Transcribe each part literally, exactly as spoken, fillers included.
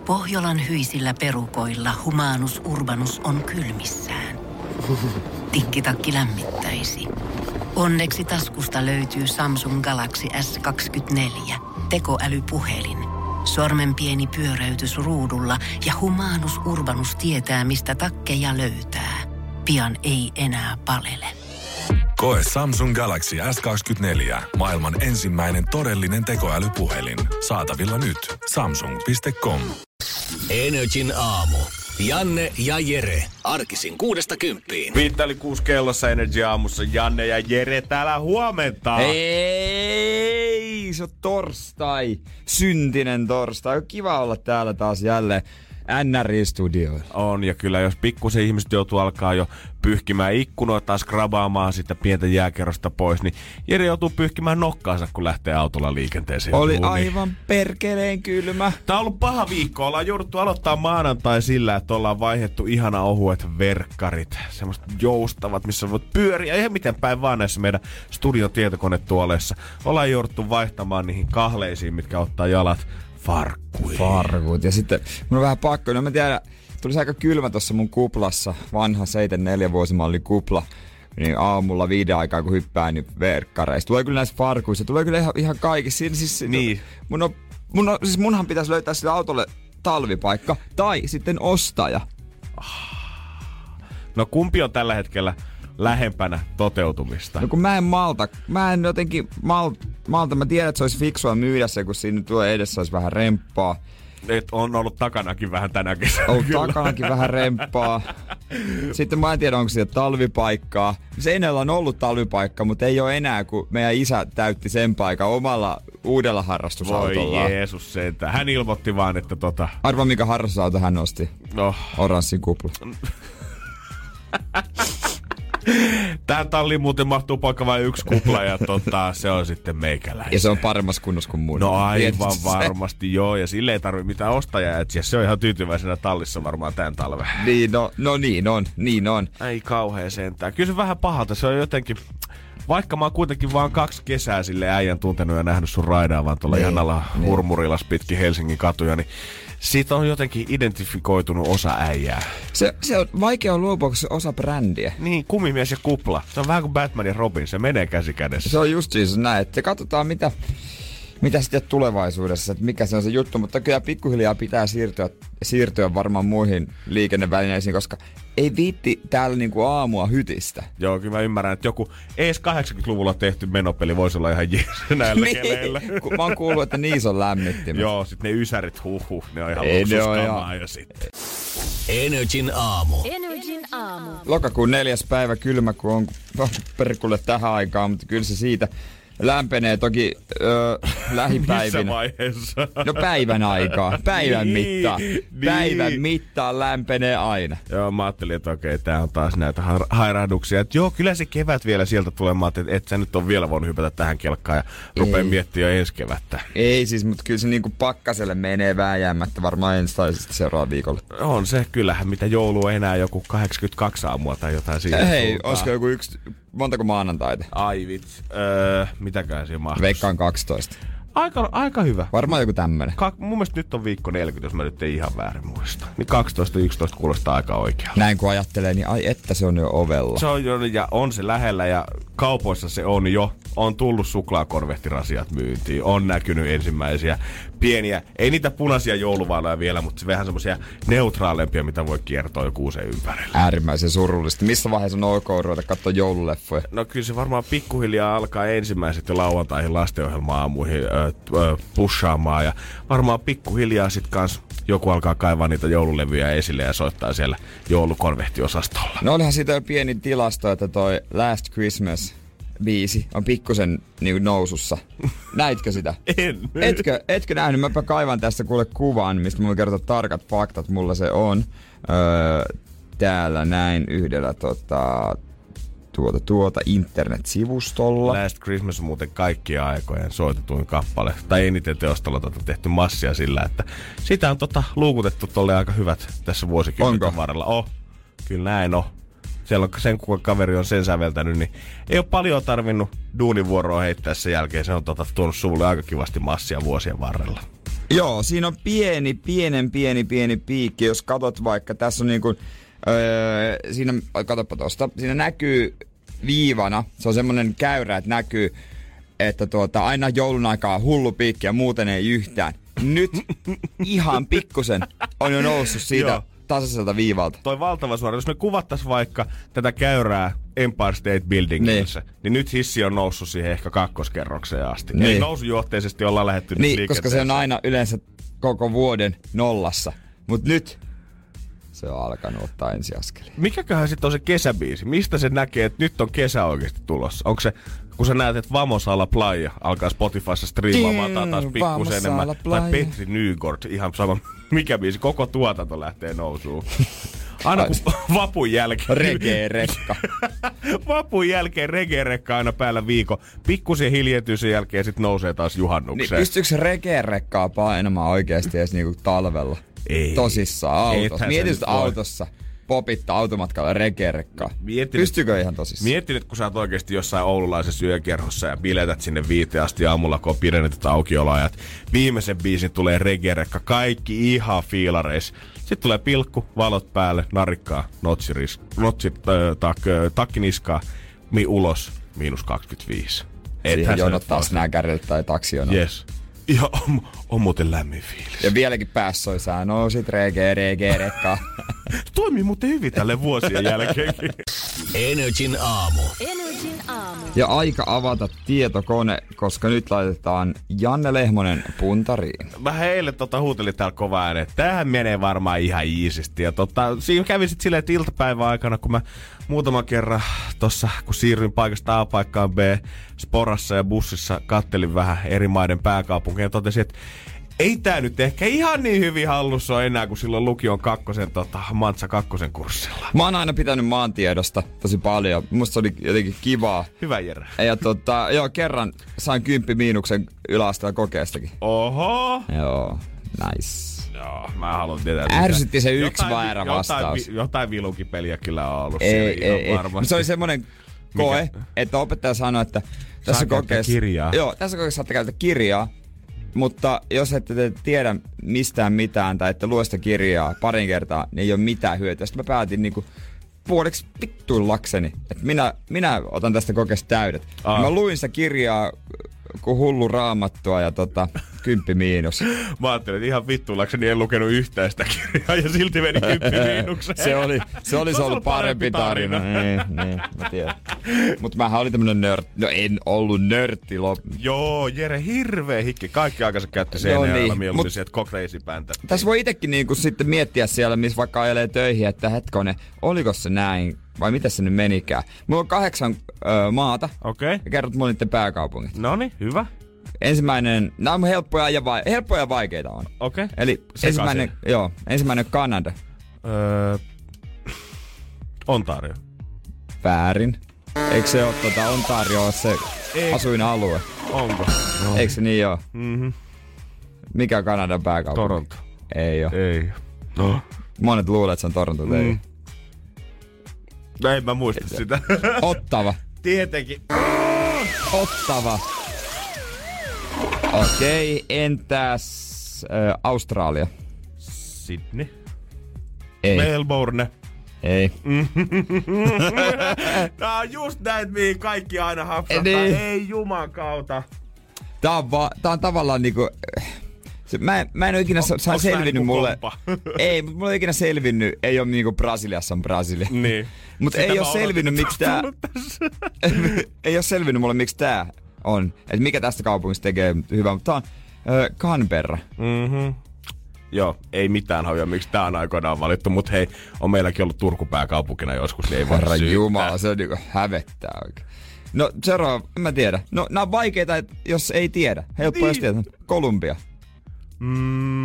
Pohjolan hyisillä perukoilla Humanus Urbanus on kylmissään. Tikkitakki lämmittäisi. Onneksi taskusta löytyy Samsung Galaxy S kaksikymmentäneljä, tekoälypuhelin. Sormen pieni pyöräytys ruudulla ja Humanus Urbanus tietää, mistä takkeja löytää. Pian ei enää palele. Koe Samsung Galaxy S kaksikymmentäneljä, maailman ensimmäinen todellinen tekoälypuhelin. Saatavilla nyt. samsung piste com. Energin aamu. Janne ja Jere. Arkisin kuudesta kymppiin. Viitta oli kuusi kellossa Energy aamussa. Janne ja Jere täällä huomenta. Ei, se on torstai. Syntinen torstai. Kiva olla täällä taas jälleen N R I-studioilla. On, ja kyllä jos pikkusen ihmiset joutuu alkaa jo pyyhkimään ikkunoita, skrabaamaan sitä pientä jääkerrosta pois, niin Jere joutuu pyyhkimään nokkaansa, kun lähtee autolla liikenteeseen. Oli Tuuni. aivan perkeleen kylmä. Tää on ollut paha viikko. Ollaan jouduttu aloittaa maanantai sillä, että ollaan vaihdettu ihana ohuet verkkarit. Semmoiset joustavat, missä voit pyöriä ihan miten päin vaan näissä meidän studion tietokonetuoleissa. Ollaan jouduttu vaihtamaan niihin kahleisiin, mitkä ottaa jalat farkkuihin. Farkut. Ja sitten mun on vähän pakko, no mä tiedän, tulisi aika kylmä tossa mun kuplassa, vanha seitsemänkymmentäneljä vuosimalli kupla, niin aamulla viiden aikaa kun hyppää niin verkkareista. Tulee kyllä näissä farkuissa, tulee kyllä ihan, ihan kaikissa. Siinä siis, niin. Mun on, mun on, siis munhan pitäisi löytää sille autolle talvipaikka tai sitten ostaja. No kumpi on tällä hetkellä lähempänä toteutumista? No kun mä en malta, mä en jotenkin mal, malta, mä tiedän, että se olisi fiksua myydä se, kun siinä tulee edessä olisi vähän remppaa. Et on ollut takanakin vähän tänä kesänä. On takanakin vähän remppaa. Sitten mä en tiedä, onko siellä talvipaikkaa. Seinällä on ollut talvipaikka, mutta ei ole enää, kun meidän isä täytti sen paikan omalla uudella harrastusautolla. Voi Jeesus sentään. Hän ilmoitti vaan, että tota... Arvaa, mikä harrastusauto hän osti. No. Oranssin kupla. Tähän talliin muuten mahtuu paikka vain yksi kupla ja tota, se on sitten meikäläisen. Ja se on paremmassa kunnossa kuin mun. No aivan varmasti joo, ja sille ei tarvitse mitään ostajaa etsiä. Se on ihan tyytyväisenä tallissa varmaan tämän talven. Niin no, no niin on, niin on. Ei kauhea sentään. Kyllä se vähän pahalta, se on jotenkin... Vaikka mä oon kuitenkin vaan kaksi kesää sille äijän tuntenut ja nähnyt sun raidaan vaan tuolla ihanalla hurmurilas pitkin Helsingin katuja, niin siitä on jotenkin identifikoitunut osa äijää. Se, se on vaikea luopua, kun se osa brändiä. Niin, kumimies ja kupla. Se on vähän kuin Batman ja Robin, se menee käsi kädessä. Se on just siis näin, että katsotaan mitä, mitä sitten tulevaisuudessa, että mikä se on se juttu, mutta kyllä pikkuhiljaa pitää siirtyä, siirtyä varmaan muihin liikennevälineisiin, koska ei viitti täällä niinku aamua hytistä. Joo, kyllä mä ymmärrän, että joku ees kahdeksankymmentäluvulla tehty menopeli voisi olla ihan jees näillä keleillä. Mä oon kuullut, että niissä on lämmittimet. Joo, sit ne ysärit, huhhuh, ne on ihan luksuskamaa jo sitten. Energin aamu. Energin aamu. Lokakuun neljäs päivä kylmä, kun on perkulle tähän aikaan, mutta kyllä se siitä lämpenee toki öö, lähipäivinä. Missä vaiheessa? No päivän aikaa. Päivän niin, mittaan. Niin. Päivän mittaan lämpenee aina. Joo, mä ajattelin, että okei, tää on taas näitä ha- hairahduksia. Että joo, kyllä se kevät vielä sieltä tulee. Mä ajattelin, että et sä nyt on vielä voinut hypätä tähän kelkkaan ja rupea miettimään jo ensi kevättä. Ei siis, mutta kyllä se niinku pakkaselle menee vääjäämättä varmaan ensi tai sitten seuraavalla viikolla. On se kyllähän, mitä joulu enää joku kahdeksankymmentäkaksi aamua tai jotain siitä. Hei, suuntaan. olisiko joku yksi, montako maanantaita? Ai vitsi. Öö, mitäkään siinä mahtuisi? Veikkaan kaksitoista. Aika, aika hyvä. Varmaan joku tämmönen. Ka- mun mielestä nyt on viikko neljäkymmentä, jos mä nyt ei ihan väärin muista. Niin kaksitoista yksitoista kuulostaa aika oikealta. Näin kun ajattelee, niin ai että se on jo ovella. Se on jo, ja on se lähellä ja kaupoissa se on jo. On tullut suklaakorvehtirasiat myyntiin. On näkynyt ensimmäisiä pieniä, ei niitä punaisia jouluvaloja vielä, mutta se vähän semmosia neutraalempia, mitä voi kiertoa jo kuuseen ympärillä. Äärimmäisen surullista. Missä vaiheessa on ok ruveta katsoa joululeffoja? No kyllä se varmaan pikkuhiljaa alkaa ensimmäiset jo lauantaihin lastenohjelma-aamuihin ö, ö, pushaamaan. Ja varmaan pikkuhiljaa sit kans joku alkaa kaivaa niitä joululevyjä esille ja soittaa siellä joulukonvehtiosastolla. No olihan siitä jo pieni tilasto, että toi Last Christmas biisi on pikkusen niin nousussa. Näitkö sitä? En. Etkö, etkö nähnyt? Mäpä kaivan tästä kuule kuvan, mistä mulla kertoo tarkat faktat. Mulla se on öö, täällä näin yhdellä tota, tuota, tuota internet-sivustolla. Last Christmas on muuten kaikkien aikojen soitetuin kappale. Tai eniten teostolla tota tehty massia sillä, että sitä on tota luukutettu tolle aika hyvät tässä vuosikymmenten varrella. Oh, kyllä näin on. Siellä on sen, kun kaveri on sen säveltänyt, niin ei ole paljon tarvinnut duunivuoroa heittää sen jälkeen. Se on tota, tuonut sulle aika kivasti massia vuosien varrella. Joo, siinä on pieni, pienen, pieni, pieni piikki. Jos katot vaikka, tässä on niinku, öö, siinä, katoppa tosta, siinä näkyy viivana, se on semmonen käyrä, että näkyy, että tuota, aina joulun aikaa hullu piikki ja muuten ei yhtään. Nyt ihan pikkusen on jo noussut siitä tasaiselta viivalta. Toi valtava suora. Jos me kuvattais vaikka tätä käyrää Empire State Buildingissa, niin. niin nyt hissi on noussut siihen ehkä kakkoskerrokseen asti. Niin. Eli nousujohteisesti ollaan lähdetty niin, liikenteeseen. Koska se on aina yleensä koko vuoden nollassa. Mut nyt se on alkanut ottaa ensiaskelia. Mikäköhän sitten on se kesäbiisi? Mistä se näkee, että nyt on kesä oikeasti tulossa? Onko se, kun sä näet, että Vamos a la Playa alkaa Spotifyssa striimaamaan taas pikkusen enemmän. Tai Petri Nygård, ihan sama mikä biisi, koko tuotanto lähtee nousuun. Aina kun vapun jälkeen... Reggae-rekka. Vapun jälkeen reggae-rekka aina päällä viikon. Pikkusen hiljentyy sen jälkeen sit nousee taas juhannukseen. Niin pystyykö reggae-rekkaa painamaan oikeesti edes niinku talvella? Ei. Tosissaan autossa. Mietit autossa. Popittaa automatkalla reggae-rekkaa. Pystyykö ihan tosissaan? Mietti nyt, kun sä oot oikeesti jossain oululaisessa yökerhossa ja biletät sinne viiteen asti aamulla, kun on pidennetyt aukioloajat. Viimeisen biisin tulee reggae-rekka. Kaikki ihan fiilareissa. Sitten tulee pilkku, valot päälle, narikkaa, notsiris, notsit, äh, tak, äh, takkiniskaa, mi ulos, miinus kaksikymmentäviisi. Siihen jonottaa snäkärille tai taksijonot. Yes. Ja on, on muuten lämmin fiilis. Ja vieläkin päässä soi sää, no sit reggae, reggae, rekkaa. Toimii muuten hyvin tälle vuosien jälkeenkin. Energin aamu. Energin aamu. Ja aika avata tietokone, koska nyt laitetaan Janne Lehmonen puntariin. Mä eilen tota huutelin täällä kovaa ääneen, että tämähän menee varmaan ihan iisisti. Ja tota, siinä kävi sit silleen, että iltapäivän aikana, kun mä muutaman kerran tossa, kun siirryin paikasta A paikkaan B, sporassa ja bussissa, kattelin vähän eri maiden pääkaupunkeja ja totesin, että ei tää nyt ehkä ihan niin hyvin hallussa ole enää, kuin silloin lukion kakkosen, tota, Mantsa kakkosen kurssilla. Mä oon aina pitänyt maantiedosta tosi paljon. Musta se oli jotenkin kivaa. Hyvä, Jere. Ja tota, joo, kerran sain kymppi miinuksen yläasteella kokeestakin. Oho! Joo, nice. Joo, mä haluan tietää. Ärsytti se yksi jotain, väärä vastaus. Jotain, jotain vilukipeliä kyllä on ollut ei, siellä ei, ihan varmasti. Se oli semmonen koe, mikä? Että opettaja sanoi, että tässä kokeessa, kirjaa. Joo, tässä kokeessa saatte käyttää kirjaa. Mutta jos ette te tiedä mistään mitään tai ette lue sitä kirjaa parin kertaa, niin ei ole mitään hyötyä. Sitten mä päätin niinku puoliksi vittuillakseni, että minä, minä otan tästä kokeesta täydet. Mä luin sitä kirjaa kuin hullu raamattua ja tota, kymppi miinus. Mä ajattelin, että ihan vittuillakseni en lukenut yhtään sitä kirjaa ja silti meni kymppi miinukseen. se oli se olisi ollut parempi tarina. tarina. Niin, niin, mä tiedän. Mutta mähän olin tämmönen nörtti. No en ollut nörtti. Lop- Joo, Jere, hirveä hikki. Kaikki aikansa käytti C N A:lla niin, mieluummin sieltä kokreisipäntä. Tässä voi itekin niinku sitten miettiä siellä, missä vaikka ajelee töihin, että hetkonen, oliko se näin? Vai mitä se nyt menikään? Mulla on kahdeksan ö, maata. Okei. Okay. Ja kerrot mulle niiden pääkaupungit. Noniin, hyvä. Ensimmäinen, nämä on helppoja ja, vai, helppoja ja vaikeita on. Okei. Okay. Eli ensimmäinen, joo, ensimmäinen Kanada. Öö, Ontario. Väärin. Eikö se ole tuota Ontario ole se Ei. asuinalue? Onko? No. Eikö se niin joo? Mhm. Mikä on Kanadan pääkaupunki? Toronto. Ei oo. Ei. No. Monet luulee, että se on Toronto. Mm. Ei. No en mä muista Et, sitä. Ottava. Tietenkin. Ottava. Okei, okay, entäs äh, Australia? Sydney. Ei. Melbourne. Ei. Tää on just näin, mihin kaikki aina hapsahtaa. Niin. Ei jumakauta. Tää on, va- tää on tavallaan niinku... Se, mä, en, mä en oo ikinä on, sa- selvinnyt mulle... Ei, mutta mulle ei ikinä selvinnyt. Ei oo niinku Brasiliassa on Brasilia. Niin. Mut ei oo selvinnyt miksi tää... ei oo selvinnyt mulle miksi tää on. Et mikä tästä kaupungista tekee hyvää. Mutta tää on äh, Canberra. Mhm. Joo, ei mitään hauja, miksi tää on aikoinaan valittu, mut hei, on meilläkin ollut Turku pääkaupunkina joskus, niin ei voi Herra syyttää. Jumala, se on niinku hävettää oikein. No seuraava, en mä tiedä. No nää on vaikeita, jos ei tiedä. Helppoa, niin. Jos tiedä. Kolumbia. Mm.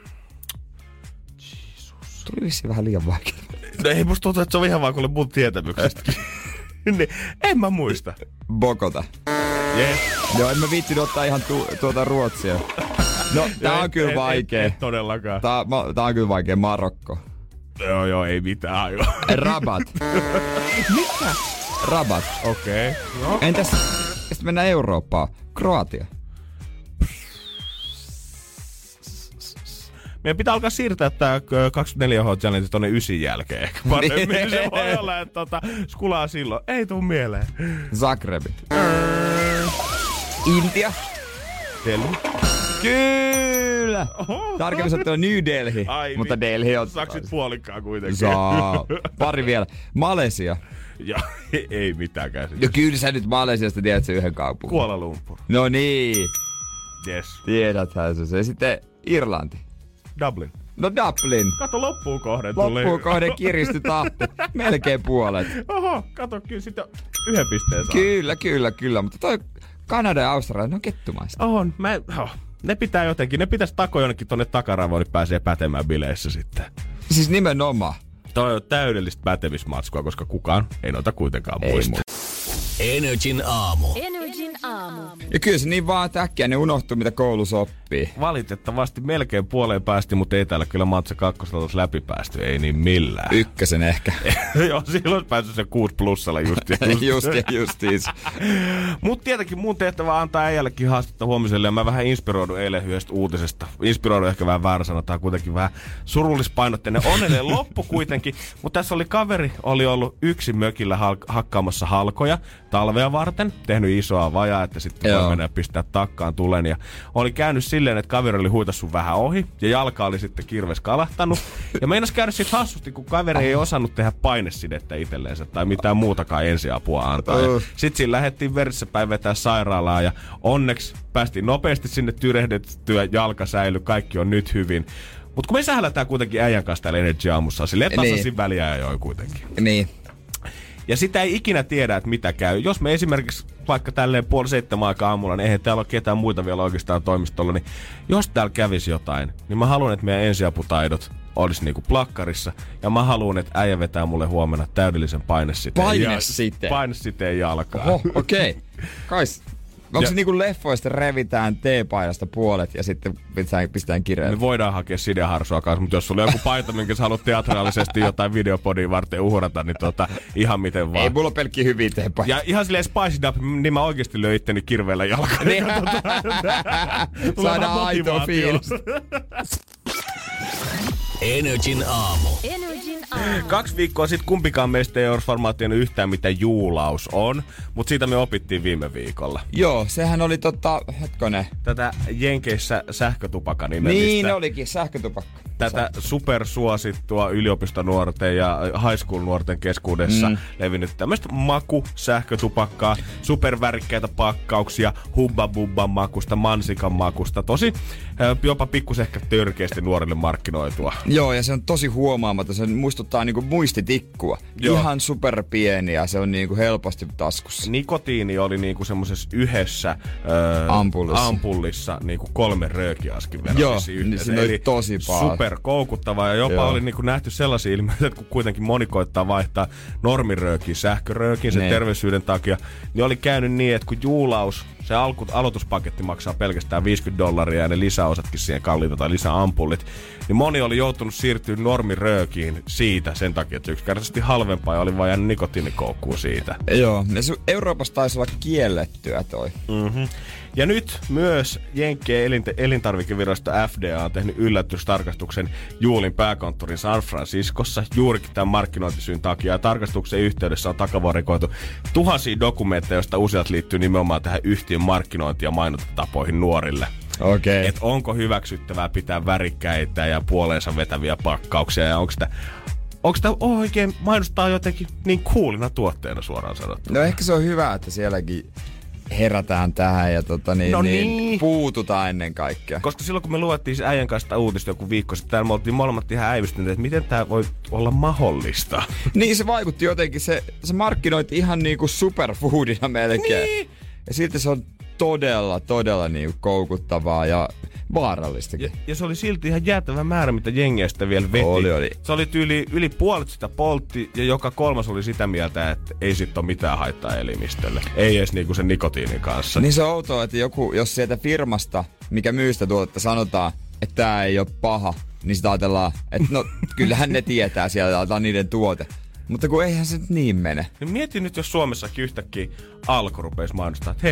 Jeesus. Tuli vissiin vähän liian vaikeaa. No ei musta tuntuu, että se on ihan vaan kuule mun tietämyksestä. niin, en mä muista. Bogota. Yes. Joo, en mä viittinyt ottaa ihan tu- tuota Ruotsia. No, tää on kyllä vaikee. Ei todellakaan. Tää, ma, tää on kyllä vaikee. Marokko. Joo, joo, ei mitään aivan. Rabat. Mitä? Rabat. Okei. Okay. Entäs, sitten mennään Eurooppaan. Kroatia. Meidän pitää alkaa siirtää tää kaksikymmentäneljä H-challenge tonne ysin jälkeen. Ehkä paremmin se voi olla, että tota, skulaa silloin. Ei tuu mieleen. Zagrebi. Intia. Delhi. Kyllä! Tarkemmin sanottuna New Delhi. Ai, mutta niin. Delhi on... Saksit puolikkaan kuitenkin. Saa. Pari vielä. Malesia. Ja ei mitään käsitystä. No kyllä sä nyt Malesiasta tiedät sen yhden kaupungin. Kuala Lumpur. No niin. Yes. Tiedäthän se. Ja sitten Irlanti. Dublin. No Dublin. Kato, loppuun kohden tuli. Loppuun kohden kiristy tahti. Melkein puolet. Oho, kato, kyllä sitten yhden pisteen saa. Kyllä, kyllä, kyllä. Mutta toi Kanada ja Australia, ne on kettumaista. On. Mä, oh, ne pitää jotenkin, ne pitäisi takoa jonnekin tonne takaravoon, niin pääsee pätemään bileissä sitten. Siis nimenomaan. Toi on täydellistä pätevismatskua, koska kukaan ei noita kuitenkaan muista. Energin aamu. Energin aamu. Ja kyllä se niin vaan äkkiä ne unohtuu, mitä koulussa oppii. Valitettavasti melkein puoleen päästi, mutta ei täällä kyllä Matsa kakkosella olisi läpi päästy, ei niin millään. Ykkösen ehkä. Joo, silloin olisi päässyt sen kuusi plussalla just ja just. just ja justiis. Mut tietenkin mun tehtävä antaa äijällekin haastetta huomiselle, ja mä vähän inspiroidun eilen yhdestä uutisesta. Inspiroidun ehkä vähän väärä sanotaan, kuitenkin vähän surullispainotteinen. Onnellinen loppu kuitenkin, mutta tässä oli kaveri, oli ollut yksin mökillä hal- hakkaamassa halkoja talvea varten, tehnyt isoa vajaa, että sitten voi mennä pistää takkaan tulen. Ja oli käynyt silleen, että kaveri oli huitassut vähän ohi ja jalka oli sitten kirves kalahtanut. Ja meinas käydä sitten hassusti, kun kaveri ei osannut tehdä painesidettä itselleensä tai mitään muutakaan ensiapua antaa. Sitten siinä lähdettiin verissä päin vetää sairaalaan ja onneksi päästiin nopeasti sinne tyrehdettyä, jalka säilyi, kaikki on nyt hyvin. Mutta kun me sählätään kuitenkin äijän kanssa täällä Energy-aamussa, silleen tasaisin niin väliä ja joi kuitenkin. Niin. Ja sitä ei ikinä tiedä, että mitä käy. Jos me esimerkiksi vaikka tälleen puoli seitsemän aikaa aamulla, niin eihän täällä ole ketään muita vielä oikeastaan toimistolla, niin jos täällä kävisi jotain, niin mä haluan, että meidän ensiaputaidot olisi niinku plakkarissa. Ja mä haluan, että äijä vetää mulle huomenna täydellisen painesiteen. Painesiteen? Painesiteen jalkaan. Oho, okei. Okay. Kais. Onko se niinku leffoista revitään teepaidasta puolet ja sitten pistetään, pistetään kireelle? Me voidaan hakea sideharsua kanssa, mutta jos sulla on joku paita, minkä sä haluat teatraalisesti jotain videopodia varten uhrata, niin tota, ihan miten vaan. Ei mulla ole pelkkiä hyviä teepaita. Ja ihan silleen Spice It Up, niin mä oikeesti löin itteni kirveellä jalkaan. Niin. Saadaan aitoa fiilis. Energin aamu. Energin aamu. Kaksi viikkoa sitten kumpikaan meistä ei ole varmaan tiennyt yhtään, mitä juulaus on, mutta siitä me opittiin viime viikolla. Joo, sehän oli tota, hetkonen. Tätä Jenkeissä sähkötupakka nimellistä. Niin olikin, sähkötupakka. Tätä supersuosittua yliopistonuorten ja high school nuorten keskuudessa mm. levinnyt tämmöistä maku-sähkötupakkaa, supervärikkäitä pakkauksia, hubba-bubban makusta, mansikan makusta, tosi jopa pikkusen ehkä törkeästi nuorille markkinoitua. Joo, ja se on tosi huomaamaton, se muistuttaa niinku muistitikkua. Joo. Ihan superpieni ja se on niinku helposti taskussa. Nikotiini oli niinku semmosessa yhdessä öö, ampullissa, ampullissa niinku kolme röökiaskin verran. Joo, niin se oli tosi paha. Super koukuttavaa ja jopa Joo. oli niinku nähty sellaisia ilmiöitä, että kun kuitenkin moni koittaa vaihtaa normiröökiin sähköröökiin sen terveysyyden takia, niin oli käynyt niin, että kun juulaus, se alku, aloituspaketti maksaa pelkästään viisikymmentä dollaria ja ne lisäosatkin siihen kalliita tai lisäampullit, niin moni oli joutunut siirtyä normiröökiin siitä sen takia, että yksinkertaisesti halvempaa ja oli vaan jäänyt nikotiinikoukkuun siitä. Joo, ja Euroopassa taisi olla kiellettyä toi. Mm-hmm. Ja nyt myös Jenkkien elint- elintarvikevirasto F D A on tehnyt yllätystarkastuksen Juulin pääkonttorin San Franciscossa juurikin tämän markkinointisyyn takia. Ja tarkastuksen yhteydessä on takavarikoitu tuhansia dokumentteja, joista useat liittyy nimenomaan tähän yhtiön markkinointi- ja mainontatapoihin nuorille. Okei. Okay. Et onko hyväksyttävää pitää värikkäitä ja puoleensa vetäviä pakkauksia ja onko sitä... Onko tämä oikein mainostaa jotenkin niin coolina tuotteena suoraan sanottuna? No ehkä se on hyvä, että sielläkin herätään tähän ja tota niin, no niin. niin. puututaan ennen kaikkea. Koska silloin kun me luettiin se äijän kanssa uutista joku viikko sitten, täällä me oltiin molemmat ihan äivystyneet, että miten tämä voi olla mahdollista. Niin se vaikutti jotenkin, se, se markkinoiti ihan niinku superfoodina melkein. Niin. Ja silti se on todella, todella niinku koukuttavaa ja vaarallistakin. Ja, ja se oli silti ihan jäätävä määrä, mitä jengiä sitä vielä veti. Oli, oli. Se oli tyyli yli puolet sitä poltti ja joka kolmas oli sitä mieltä, että ei sit ole mitään haittaa elimistölle. Ei edes niinku sen nikotiinin kanssa. Niin se on outoa, että joku, jos sieltä firmasta, mikä myy sitä tuotetta, sanotaan, että tää ei ole paha, niin sitä ajatellaan, että no kyllähän ne tietää siellä, että on niiden tuote. Mutta kun eihän se niin mene. Niin mieti nyt, jos Suomessakin yhtäkkiä Alko rupeisi mainostaa, että hei,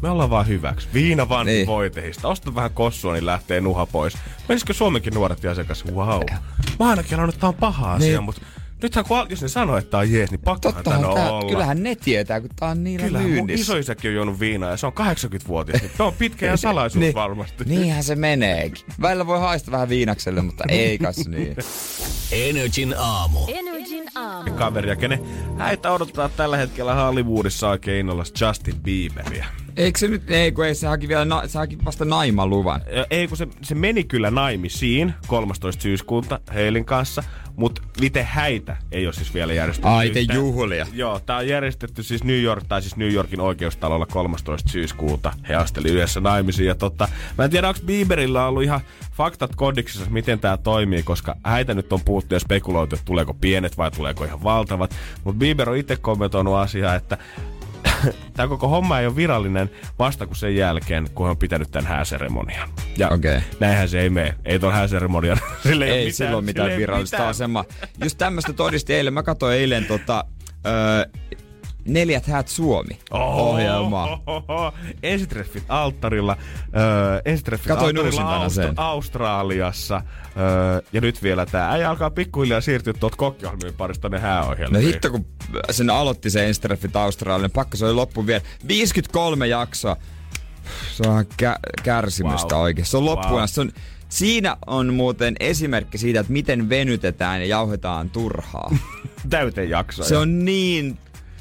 Me ollaan vaan hyväksi. Viina vanhi Niin. voitehista. Osta vähän kossua, niin lähtee nuha pois. Menisikö Suomenkin nuoret ja asiakas? Wow. Mä ainakin on, että tää on paha asia, Niin. mutta nythän kun, jos ne sanoo, että tää on jees, niin pakkohan tän Tottahan tää, olla. kyllähän ne tietää, kun tää on niillä Kyllähän mun myynnissä. isoisäkin on juonut viinaa ja se on kahdeksankymmentävuotias. Niin se on pitkä ja salaisuus Niin. varmasti. Niinhän se meneekin. Välillä voi haista vähän viinakselle, mutta ei kas niin. Energin aamu. Energin aamu. Kaveria, kenen häitä odottaa tällä hetkellä Hollywoodissa oikein innolla Justin Bieberia. Eikö se nyt, ei kun ei, se haki vielä, na, se haki vasta naimaluvan. Ja ei kun se, se meni kyllä naimisiin kolmastoista syyskuuta Heilin kanssa, mutta itse häitä ei ole siis vielä järjestetty. Ai, te yhtään. juhlia. Joo, tää on järjestetty siis New York, tai siis New Yorkin oikeustalolla kolmastoista syyskuuta. He asteli yhdessä naimisiin ja totta, mä en tiedä onko Bieberillä ollut ihan faktat kodiksissa, miten tää toimii, koska häitä nyt on puhuttu ja spekuloitu, että tuleeko pienet vai tuleeko ihan valtavat. Mutta Bieber on itse kommentoinut asiaa, että tämä koko homma ei ole virallinen vasta kuin sen jälkeen, kun hän on pitänyt tämän hääseremonian. Ja Okei. näinhän se ei mene. Ei tuon hääseremonian. Sille Ei, ei, ei mitään, silloin mitään sille ei virallista mitään. asemaa. Just tämmöstä todisti eilen. Mä katsoin eilen tota, öö, Neljät häät Suomi ohjelmaa. Ohohoho. Ensitreffit alttarilla. Öö, ensitreffit Katoin alttarilla uusintana Aust- sen. Australiassa. Öö, ja nyt vielä tää äijä alkaa pikkuhiljaa siirtyä tuolta kokkiohjelmien parista ne No hääohjelmiin. hitto, kun sen aloitti se Ensitreffit Australian, pakko se oli loppuun vielä. viisikymmentäkolme jaksoa. Se on kä- kärsimystä Wow. oikein. Se on loppuun. Wow. Se on, siinä on muuten esimerkki siitä, että miten venytetään ja jauhetaan turhaa. Täyteen jaksoja. Se on niin...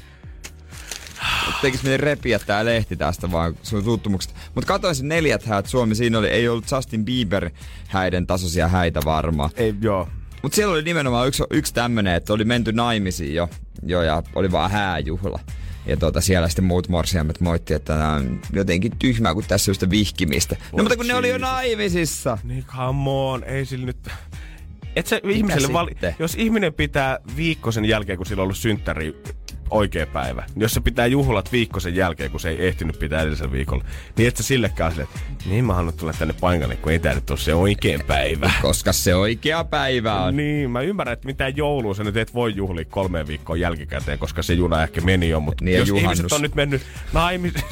Tekis miten repiä tää lehti tästä vaan sun tuttumuksesta. Mut katsoin sen Neljät häät Suomi, siinä oli, ei ollut Justin Bieber häiden tasoisia häitä varmaan. Ei, joo. Mut siellä oli nimenomaan yksi, yksi tämmönen, että oli menty naimisiin jo, jo ja oli vaan hääjuhla. Ja tuota, siellä sitten muut morsiamet moitti, että tää on jotenkin tyhmää, kun tässä on sitä vihkimistä. No Voi mutta kun ne oli jo Jesus. naimisissa. Niin come on, ei sillä nyt... Et sä ihmiselle vali... sitten? Jos ihminen pitää viikkosen jälkeen, kun sillä on ollut synttäri oikea päivä, niin jos se pitää juhlat viikkosen jälkeen, kun se ei ehtinyt pitää edellisellä viikolla, niin et sä sillekään silleen, että niin mä haluan tulla tänne paikalle, kun ei tää nyt ole se oikea päivä. Koska se oikea päivä on. Niin, mä ymmärrän, että mitään joulua sä nyt et voi juhlia kolmeen viikkoon jälkikäteen, koska se juna ehkä meni jo, mutta Niin ja jos juhannus. ihmiset on nyt mennyt naimis...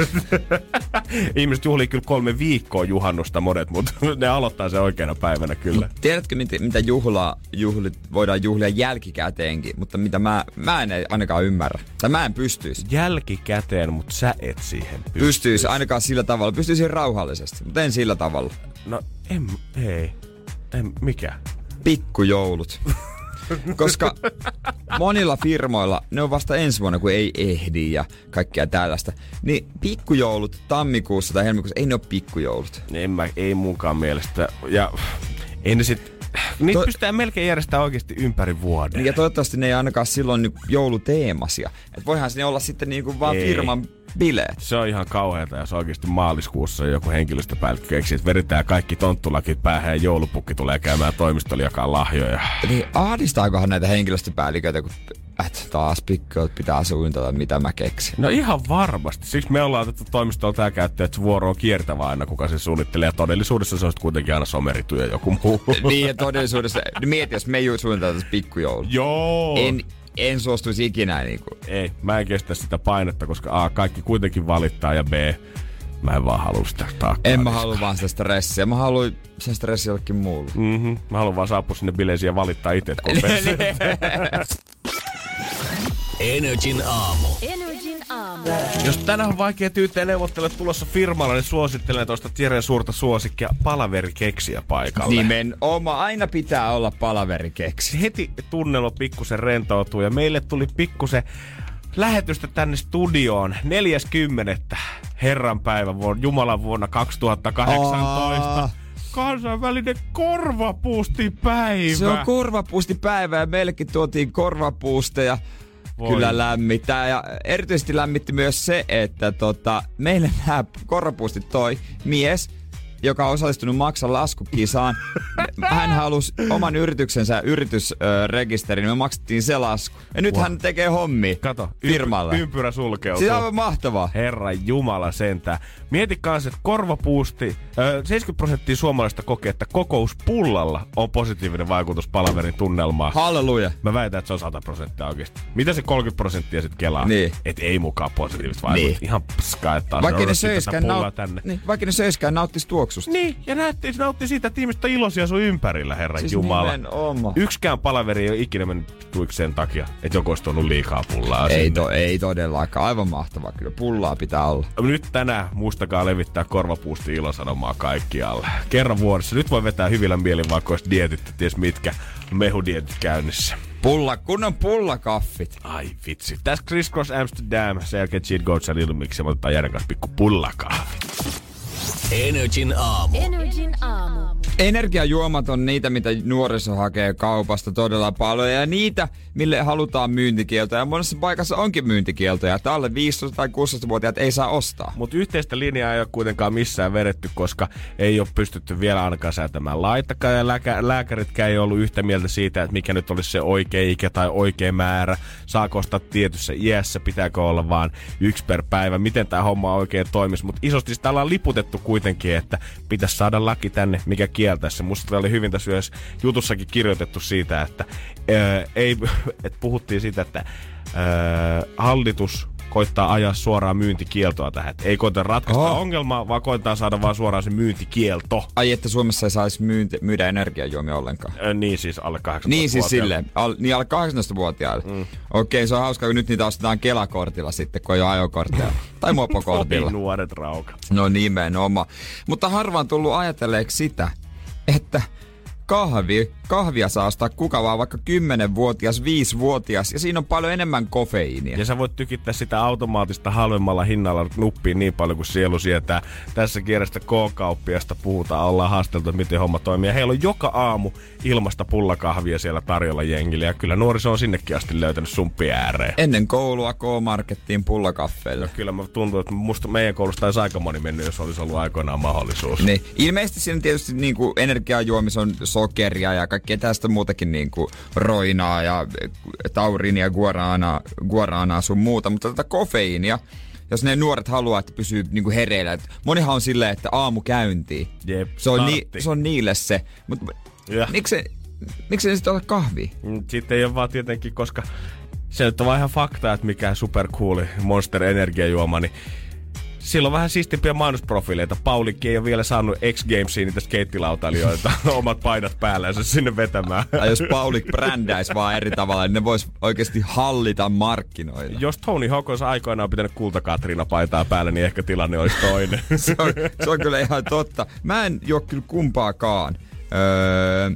Ihmiset juhlii kyllä kolme viikkoa juhannusta monet, mutta ne aloittaa sen oikeana päivänä kyllä. Tiedätkö, mitä, mitä juhlaa, juhlit, voidaan juhlia jälkikäteenkin, mutta mitä mä, mä en ainakaan ymmärrä. Tai mä en pystyisi. Jälkikäteen, mutta sä et siihen pysty. Pystyisi ainakaan sillä tavalla. Pystyisin rauhallisesti, mutta en sillä tavalla. No, en, ei. En, mikä? Pikkujoulut. Koska monilla firmoilla, ne on vasta ensi vuonna, kun ei ehdi ja kaikkea tällaista. Niin pikkujoulut tammikuussa tai helmikuussa, ei ne ole pikkujoulut. En mä, ei munkaan mielestä. Ja ei ne sit... Niitä To- pystytään melkein järjestämään oikeasti ympäri vuoden. Ja toivottavasti ne ei ainakaan silloin niin jouluteemasia. Et voihan ne olla sitten niinku vaan Ei. firman bileet. Se on ihan kauheata, jos oikeasti maaliskuussa joku henkilöstöpäällikkö keksii, että vedetään kaikki tonttulakit päähän ja joulupukki tulee käymään toimistolla jakaa lahjoja. Eli ahdistaakohan näitä henkilöstöpäälliköitä, kun et taas pikkuilta pitää suunnitella, mitä mä keksin. No ihan varmasti. Siksi me ollaan otettu toimistolla tää käyttöön, että se vuoro on kiertävä aina, kuka se suunnittelee. Ja todellisuudessa se on kuitenkin aina someritu ja joku muu. Niin ja todellisuudessa, niin mieti, jos me ei suunnitella tässä pikkujoulu. Joo! En, en suostuisi ikinä niinku. Ei, mä en kestä sitä painetta, koska A, kaikki kuitenkin valittaa ja B, mä en vaan halua sitä taakkaa. En mä halua vaan sitä stressiä. Mä haluan sen stressi jollekin muulle. Mm-hmm. Mä haluan vaan saapua sinne bileisiin ja valittaa itse, että Energin aamu. Energin aamu. Jos tänään on vaikea tyyteen neuvottelijat tulossa firmalla, niin suosittelen tuosta Jeren suurta suosikkia palaverikeksiä paikalle. Nimenomaan. Aina pitää olla palaverikeksi. Heti tunnelma pikkusen rentoutuu ja meille tuli pikkusen lähetystä tänne studioon neljäs kymmenettä Herran päivä vuonna, Jumalan vuonna kaksituhattakahdeksantoista. Aa. Kansainvälinen korvapuustipäivä. Se on korvapuustipäivä ja meillekin tuotiin korvapuusteja. Voi. Kyllä lämmittää ja erityisesti lämmitti myös se, että tota, meille nämä korvapuustit toi mies, joka on osallistunut Maksa laskukisaan. Hän halusi oman yrityksensä yritysrekisterin, me maksettiin se lasku. Ja nyt wow. hän tekee hommia Kato, firmalle. Ympy, ympyrä sulkeutuu. Siis aivan mahtavaa. Herran jumala sentään. Mieti kans, että korvapuusti, seitsemänkymmentä prosenttia suomalaisista kokee, että kokouspullalla on positiivinen vaikutus palaverin tunnelmaan. Halleluja. Mä väitän, että se on sata prosenttia oikeesti. Mitä se kolmekymmentä prosenttia sit kelaa? Niin. Et ei mukaan positiivista vaikutusta. Niin. Ihan pskaa, että taas vaikka ne söiskään naut... tänne. Niin, vaikka ne söiskään nauttis tuoksusta. Niin, ja näytti, nautti siitä, että ihmiset on iloisia sun ympärillä, herran siis jumala. Nimenomaan. Yksikään palaveri ei ole ikinä mennyt tuiksi sen takia, että joku olisi tuonut liikaa pullaa ei, to, ei todellakaan. Aivan mahtavaa. Kyllä pullaa pitää olla. Nyt tänään muistakaa levittää korvapuusti ilosanomaa kaikkialle. Kerran vuodessa. Nyt voi vetää hyvillä mielin, vaikka olisi dietit, ties mitkä mehudietit käynnissä. Pulla, kunnon pullakaffit. Ai vitsi. Tässä Criss Cross Amsterdam, sen jälkeen Cheat Goats ja Little Mix, ja me otetaan Jeren kanssa pikku pullakahvi. Energin aamu. Energin aamu. Energiajuomat on niitä, mitä nuoriso hakee kaupasta todella paljon, ja niitä, mille halutaan myyntikieltoja. Ja monessa paikassa onkin myyntikieltoja, että alle viisitoista- tai kuusitoista-vuotiaat ei saa ostaa. Mutta yhteistä linjaa ei ole kuitenkaan missään vedetty, koska ei ole pystytty vielä ainakaan säätämään laittakaan, ja lääkä- lääkäritkään ei ollut yhtä mieltä siitä, että mikä nyt olisi se oikea ikä tai oikea määrä. Saako ostaa tietyssä iässä, pitääkö olla vaan yksi per päivä, miten tämä homma oikein toimisi. Mutta isosti täällä on liputettu kuitenkin, että pitäisi saada laki tänne, mikä kieltäisi. Musta oli hyvin tässä jutussakin kirjoitettu siitä, että ää, ei, et puhuttiin siitä, että ää, hallitus koittaa ajaa suoraan myyntikieltoa tähän. Et ei koita ratkaista oh. ongelmaa, vaan koittaa saada vaan suoraan se myyntikielto. Ai, että Suomessa ei saisi myynti, myydä energiajuomia ollenkaan? Ää, niin siis alle kahdeksantoista-vuotiaille. Niin siis silleen, al, niin alle kahdeksantoista-vuotiaille. Mm. Okei, se on hauska, kun nyt niitä ostetaan Kela-kortilla sitten, kun ei ole ajokortteja. Tai mopokortilla. Oi, nuoret raukat. No nimenomaan. Mutta harvaan tullut ajatelleeksi sitä, että kahvi, kahvia saa ostaa kuka vaan, vaikka kymmenvuotias, viisivuotias, ja siinä on paljon enemmän kofeiinia. Ja sä voit tykittää sitä automaattista halvemmalla hinnalla nuppiin niin paljon kuin sielu sietää. Tässä kierrestä K-kauppiasta puhutaan, ollaan haasteltu, että miten homma toimii. Ja heillä on joka aamu ilmasta pullakahvia siellä tarjolla jengille, ja kyllä nuoriso on sinnekin asti löytänyt sumppia ääreen. Ennen koulua K-markettiin pullakaffeille. No, kyllä mä tuntuu, että musta meidän koulusta olisi aika moni mennyt, jos olisi ollut aikoinaan mahdollisuus. Niin. Ilmeisesti siinä tietysti niin kuin energiajuomissa on sokeria ja kaikkea tästä muutakin niin kuin roinaa ja tauriinia, guaranaa, guaranaa sun muuta, mutta tätä kofeiinia, jos ne nuoret haluaa, että pysyy niin kuin hereillä. Monihan on silleen, että aamu käyntiin. Jep, se, on ni, se on niille se. Mutta miksi miksi ne sitten ole kahvia? Sitten ei ole vaan tietenkin, koska se nyt on vaan ihan fakta, että mikä supercooli Monster energiajuoma, niin sillä on vähän siistimpiä mainosprofiileita. Paulikki ei ole vielä saanut X Gamesiin niitä skeittilautailijoita omat paidat päällensä sinne vetämään. Tai jos Paulik brändäisi vaan eri tavalla, niin ne vois oikeasti hallita markkinoita. Jos Tony Hawk olisi aikoinaan pitänyt kulta-Katriina-paitaa päälle, niin ehkä tilanne olisi toinen. se, on, se on kyllä ihan totta. Mä en juo kyllä kumpaakaan. Öö,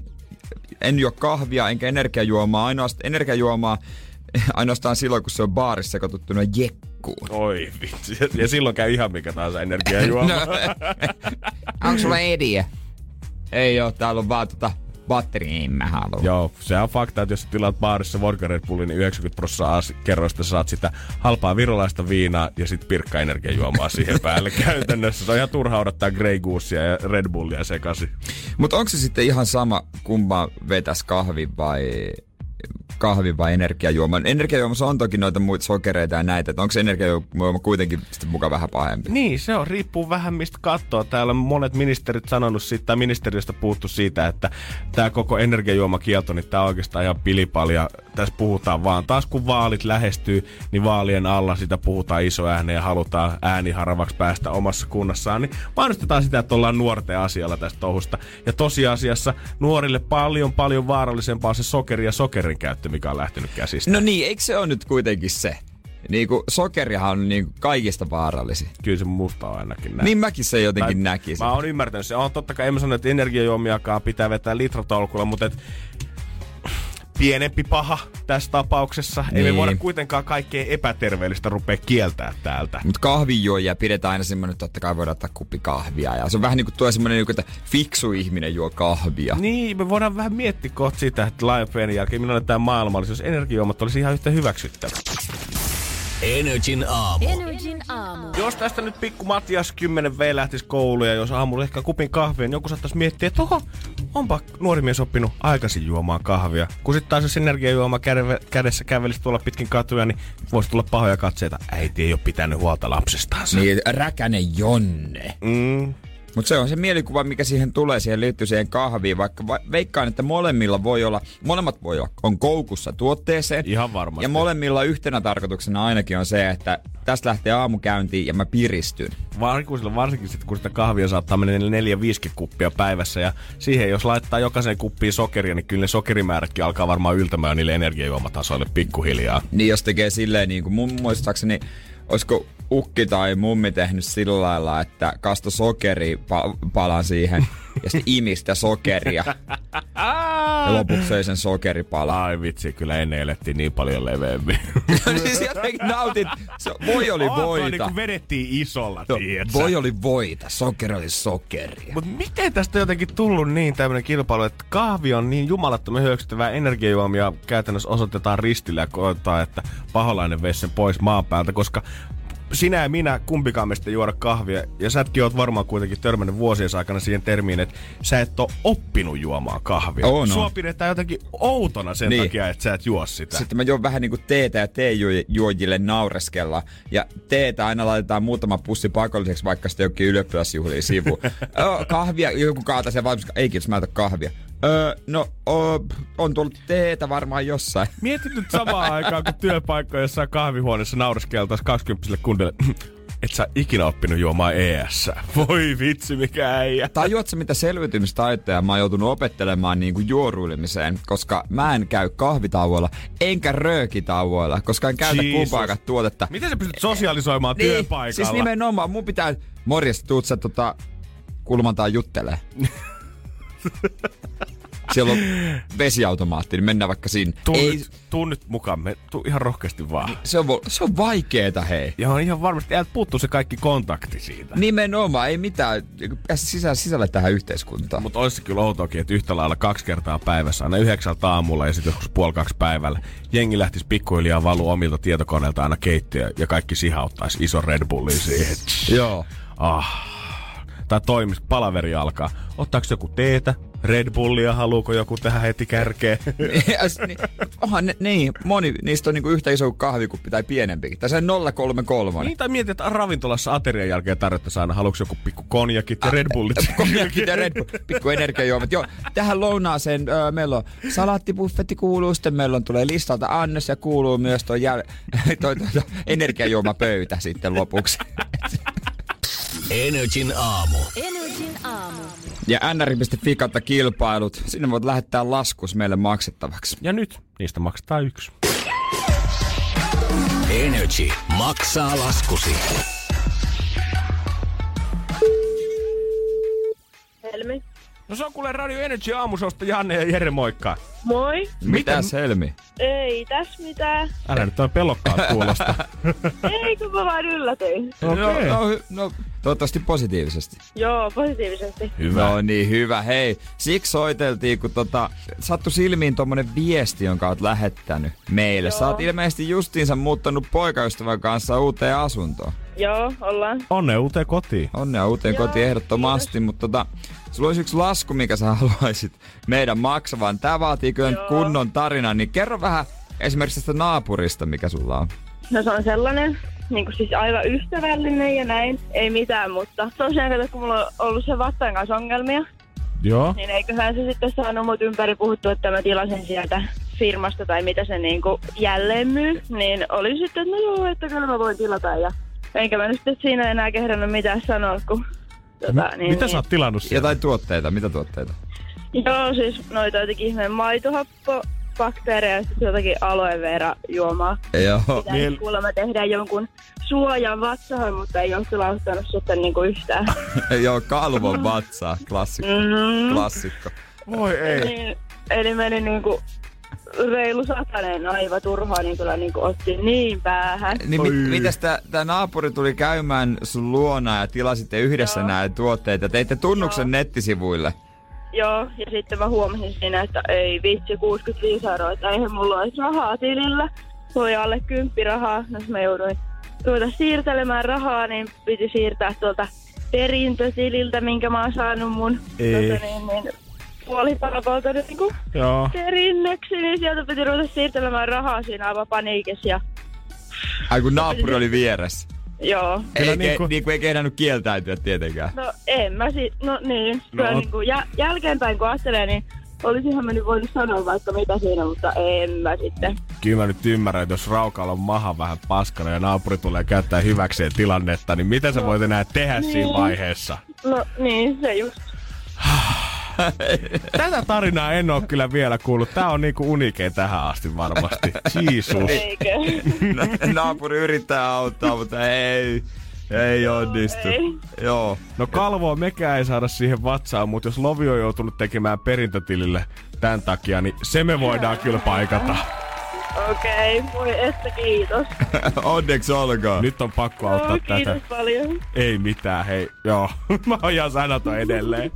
en juo kahvia enkä energiajuomaa. Ainoastaan energiajuomaa ainoastaan silloin, kun se on baarissa sekoituttuna jekkuun. Oi vitsi. Ja silloin käy ihan mikä tahansa energiajuoma. No, onko sulla ediä? Ei oo, täällä on vaan tota batteri, en mä halua. Joo, se on fakta, että jos sä tilaat baarissa vodka Red Bullin, niin yhdeksänkymmentä prosenttia kerroista saat sitä halpaa virolaista viinaa ja sit pirkka energiajuomaa siihen päälle. Käytännössä se on ihan turha odottaa Grey Goosea ja Red Bullia sekaisin. Mutta onko se sitten ihan sama, kumpa vetäs kahvi vai kahvi vai energiajuoma? Energiajuomassa on toki noita muita sokereita ja näitä, että onko se energiajuoma kuitenkin sitten mukaan vähän pahempi? Niin, se on, riippuu vähän mistä katsoo. Täällä on monet ministerit sanonut siitä, tai ministeriöstä puhuttu siitä, että tämä koko energiajuomakielto, niin tämä on oikeastaan ihan pilipalja. Tässä puhutaan vaan. Taas kun vaalit lähestyy, niin vaalien alla sitä puhutaan iso ääneen ja halutaan ääniharavaksi päästä omassa kunnassaan, niin mainostetaan sitä, että ollaan nuorten asialla tästä touhusta. Ja tosiasiassa nuorille paljon, paljon vaarallisempaa on se sokeri ja sokerin käyttö, mikä on lähtenyt käsistä. No niin, eikö se ole nyt kuitenkin se? Niinku sokerihan on niinku kaikista vaarallisin. Kyllä se musta on ainakin näin. Niin mäkin se jotenkin tai, näkisin. Mä oon ymmärtänyt se. On totta kai, en mä sano, että energiajuomiakaan pitää vetää litratolkulla, mutta et pienempi paha tässä tapauksessa. Niin. Ei me voida kuitenkaan kaikkea epäterveellistä rupea kieltää täältä. Mutta kahvinjuojia pidetään aina semmoinen, että totta kai voidaan ottaa kuppi kahvia. Ja se on vähän niin kuin tuo semmoinen, että fiksu ihminen juo kahvia. Niin, me voidaan vähän miettiä kohta sitä, että Lion Fairin jälkeen millainen tämä maailma olisi, jos energiajuomat olisi ihan yhtä hyväksyttävä. Energin aamu. Energin aamu. Jos tästä nyt pikku Matias kymmenen V lähtisi kouluun ja jos aamulla ehkä kupin kahvia, niin joku saattaisi miettiä, että oho, onpa nuori mies oppinut aikaisin juomaan kahvia. Kun sitten taas jos energiajuoma kädessä kävelisi tuolla pitkin katuja, niin voisi tulla pahoja katseita. Äiti ei ole pitänyt huolta lapsestaansa. Niin, räkänen Jonne. Mm. Mutta se on se mielikuva, mikä siihen tulee, siihen liittyy siihen kahviin. Vaikka va- veikkaan, että molemmilla voi olla, molemmat voi olla, on koukussa tuotteeseen. Ihan varmasti. Ja molemmilla yhtenä tarkoituksena ainakin on se, että tästä lähtee aamukäyntiin ja mä piristyn. Varsinkin, varsinkin sitten, kun sitä kahvia saattaa mennä neljä viisi kuppia päivässä. Ja siihen, jos laittaa jokaisen kuppiin sokeria, niin kyllä ne sokerimäärätkin alkaa varmaan yltämään niille energiajuomatasoille pikkuhiljaa. Niin jos tekee silleen, niin kuin mun muistaakseni, olisiko ukki tai mummi tehnyt sillä lailla, että kasto sokeri pa- palan siihen ja sitten imi sitä sokeria. Ja lopuksi söi sen sokeripalan. Ai vitsi, kyllä ennen elettiin niin paljon leveämmin. Siis jotenkin nautit. Se voi oli Ootko, voita. niin kuin vedettiin isolla, No, tiiätsä? voi oli voita, sokeri oli sokeria. Mutta miten tästä on jotenkin tullut niin tämmönen kilpailu, että kahvi on niin jumalattoman hyöksyttävää energiajuomia käytännössä osoitetaan ristillä ja koetaan, että paholainen vei sen pois maan päältä, koska sinä ja minä kumpikaan meistä juoda kahvia, ja sätkin oot varmaan kuitenkin törmännyt vuosien aikana siihen termiin, että sä et ole oppinut juomaan kahvia. Oh, no. Sua pidetään jotenkin outona sen Niin. takia, että sä et juo sitä. Sitten mä juon vähän niinku teetä ja teejuojille naureskella. Ja teetä aina laitetaan muutama pussi pakolliseksi, vaikka sitten jokin ylioppilasjuhliin sivu. Öö, kahvia, joku kaataa sen valmis. Ei kiitos, mä en ota kahvia. Öö, no, öö, on tullut teetä varmaan jossain. Mietit nyt samaan aikaan, kun työpaikka jossain kahvihuoneessa naureskeltaisiin kaksikymppiselle kundille. Et sä ikinä oppinut juomaan E S. Voi vitsi, mikä äijä. Tajuat sä, mitä selviytymistaitoja mä oon joutunut opettelemaan niinku juoruilemiseen, koska mä en käy kahvitauoilla, enkä röökitauoilla, koska en käytä Jesus. kumpaakaan tuotetta. Miten sä pystyt sosiaalisoimaan Niin, työpaikalla? siis nimenomaan, mun pitää, morjesta, tuut sä tota, kulmantaan juttelee. Siellä on vesiautomaatti, niin mennään vaikka sinne. Tuu, Ei, nyt, tuu nyt mukaan, me, tuu ihan rohkeasti vaan. se, on, vo- se on vaikeeta, hei. Ja on ihan varmasti, äältä puuttuu se kaikki kontakti siitä. Nimenomaan, ei mitään. Päästä sisälle, sisälle tähän yhteiskuntaan. Mutta olisi kyllä outoakin, että yhtä lailla kaksi kertaa päivässä, aina yhdeksältä aamulla ja sitten joskus puoli kaksi päivällä, jengi lähtisi pikkuhiljaa valuu omilta tietokoneilta aina keittiöön ja kaikki sihauttaisi ison Red Bullin siihen. Joo. Ah. Tai toimis, palaveri alkaa. Ottaako joku teetä? Red Bullia, haluuko joku tehdä heti kärkeen? niin, onhan ne, niin, moni niistä on niinku yhtä iso kuin kahvikuppi tai pienempikin. Tai se on nolla kolme kolme. Niin, tai mietit, että ravintolassa aterian jälkeen tarjottaisiin aina, haluuko joku pikku konjakit ja Red Bullit? Konjakit ja Red Bull, pikku energiajuomat. Joo, tähän lounaaseen öö, meillä on salaattibuffetti kuuluu, sitten meillä on tulee listalta annos ja kuuluu myös tuo jäl- toi, toi, toi, energiajuomapöytä sitten lopuksi. Energin aamu. Energin aamu. Ja n r piste f i kautta kilpailut. Sinne voit lähettää laskus meille maksettavaksi. Ja nyt niistä maksetaan yksi. Energy maksaa laskusi. Helmi. No se on kuule Radio Energy aamusosta Janne ja Jere, moikka. Moi. Mitäs Helmi? Ei täs mitään. Älä nyt on pelokkaat kuulosta. Ei, kun mä vaan yllätyin. Okei. No, no, no, toivottavasti positiivisesti. Joo, positiivisesti. Hyvä. No niin, hyvä. Hei, siksi soiteltiin, kun tota, sattui silmiin tommonen viesti, jonka oot lähettänyt meille. Joo. Sä oot ilmeisesti justiinsa muuttanut poikaystävän kanssa uuteen asuntoon. Joo, ollaan. Onnea uuteen kotiin. Onnea uuteen Joo, kotiin ehdottomasti, mutta tota, sulla olisi yksi lasku, mikä sä haluaisit meidän maksavan. Tää vaatii kyllä Joo. kunnon tarinan, niin kerro vähän esimerkiksi tästä naapurista, mikä sulla on. No se on sellainen, niin kuin siis aivan ystävällinen ja näin. Ei mitään, mutta tosiaan kato, kun mulla on ollut sen vatsan kanssa ongelmia, Joo. niin eiköhän se sitten saanut mut ympäri puhuttua, että mä tilasin sieltä firmasta tai mitä se niin kuin jälleen myy. Niin oli sitten, että no joo, että kyllä mä voin tilata ja enkä mä nyt sitten siinä enää kehdannut mitään sanoa, kun tota, niin, Mitä niin. sä oot tilannut sieltä? Jotain tuotteita, mitä tuotteita? Joo, siis noita jotenkin ihmeen maitohappo, bakteereja ja sitten jotakin aloe vera juomaa. Joo. Mitä Niin- nyt kuulemma tehdään jonkun suojan vatsahan, mutta ei ole kyllä auttanut sitten niinku yhtään. Joo, kalvon vatsaa, klassikko. Mm. Klassikko. Voi ei. Niin, eli meni niinku reilu satanen aivan turhaa, niin kyllä niinku otti niin päähän. Niin Oi. mit, mitäs tää, tää naapuri tuli käymään sun luona ja tilasitte yhdessä Joo. nämä tuotteet ja teitte tunnuksen Joo. nettisivuille? Joo, ja sitten mä huomasin siinä, että ei vitsi, kuusikymmentäviisi euroa, että eihän mulla olisi rahaa tilillä. mulla oli alle kymppirahaa. No mä jouduin ruveta siirtelemään rahaa, niin piti siirtää tuolta perintötililtä, minkä mä oon saanut mun tuota, niin, niin, puolipalkolta niin kuin perinnöksi, niin sieltä piti ruveta siirtelemään rahaa siinä aivan paniikissa. Ja... Ai kun naapuri oli vieressä. Joo. Ei, niin kuin... Niin kuin ei kehdannut kieltäytyä tietenkään. No en mä si... No niin. No. Kyllä niin kuin jä- jälkeenpäin kun ajattelee, niin olisinhan mä nyt voinut sanoa vaikka mitä siinä, mutta en mä sitten. Kyllä mä nyt ymmärrän, että jos Raukalla on maha vähän paskana ja naapuri tulee käyttää hyväkseen tilannetta, niin mitä sä no, voit enää tehdä niin. siinä vaiheessa? No niin, se just. Tätä tarinaa en oo kyllä vielä kuullut. Tää on niinku unikea tähän asti varmasti. Jeesus. Eikö? Naapuri yrittää auttaa, mutta ei. Ei onnistu. Ei. Joo. No Kalvoa mekään ei saada siihen vatsaan, mutta jos Lovi on joutunut tekemään perintötilille tämän takia, niin se me voidaan kyllä paikata. Okei, okay, voi että kiitos. Onneksi olkoon. Nyt on pakko auttaa no, tätä. Kiitos paljon. Ei mitään, hei. Joo, mä oon ihan sanaton edelleen.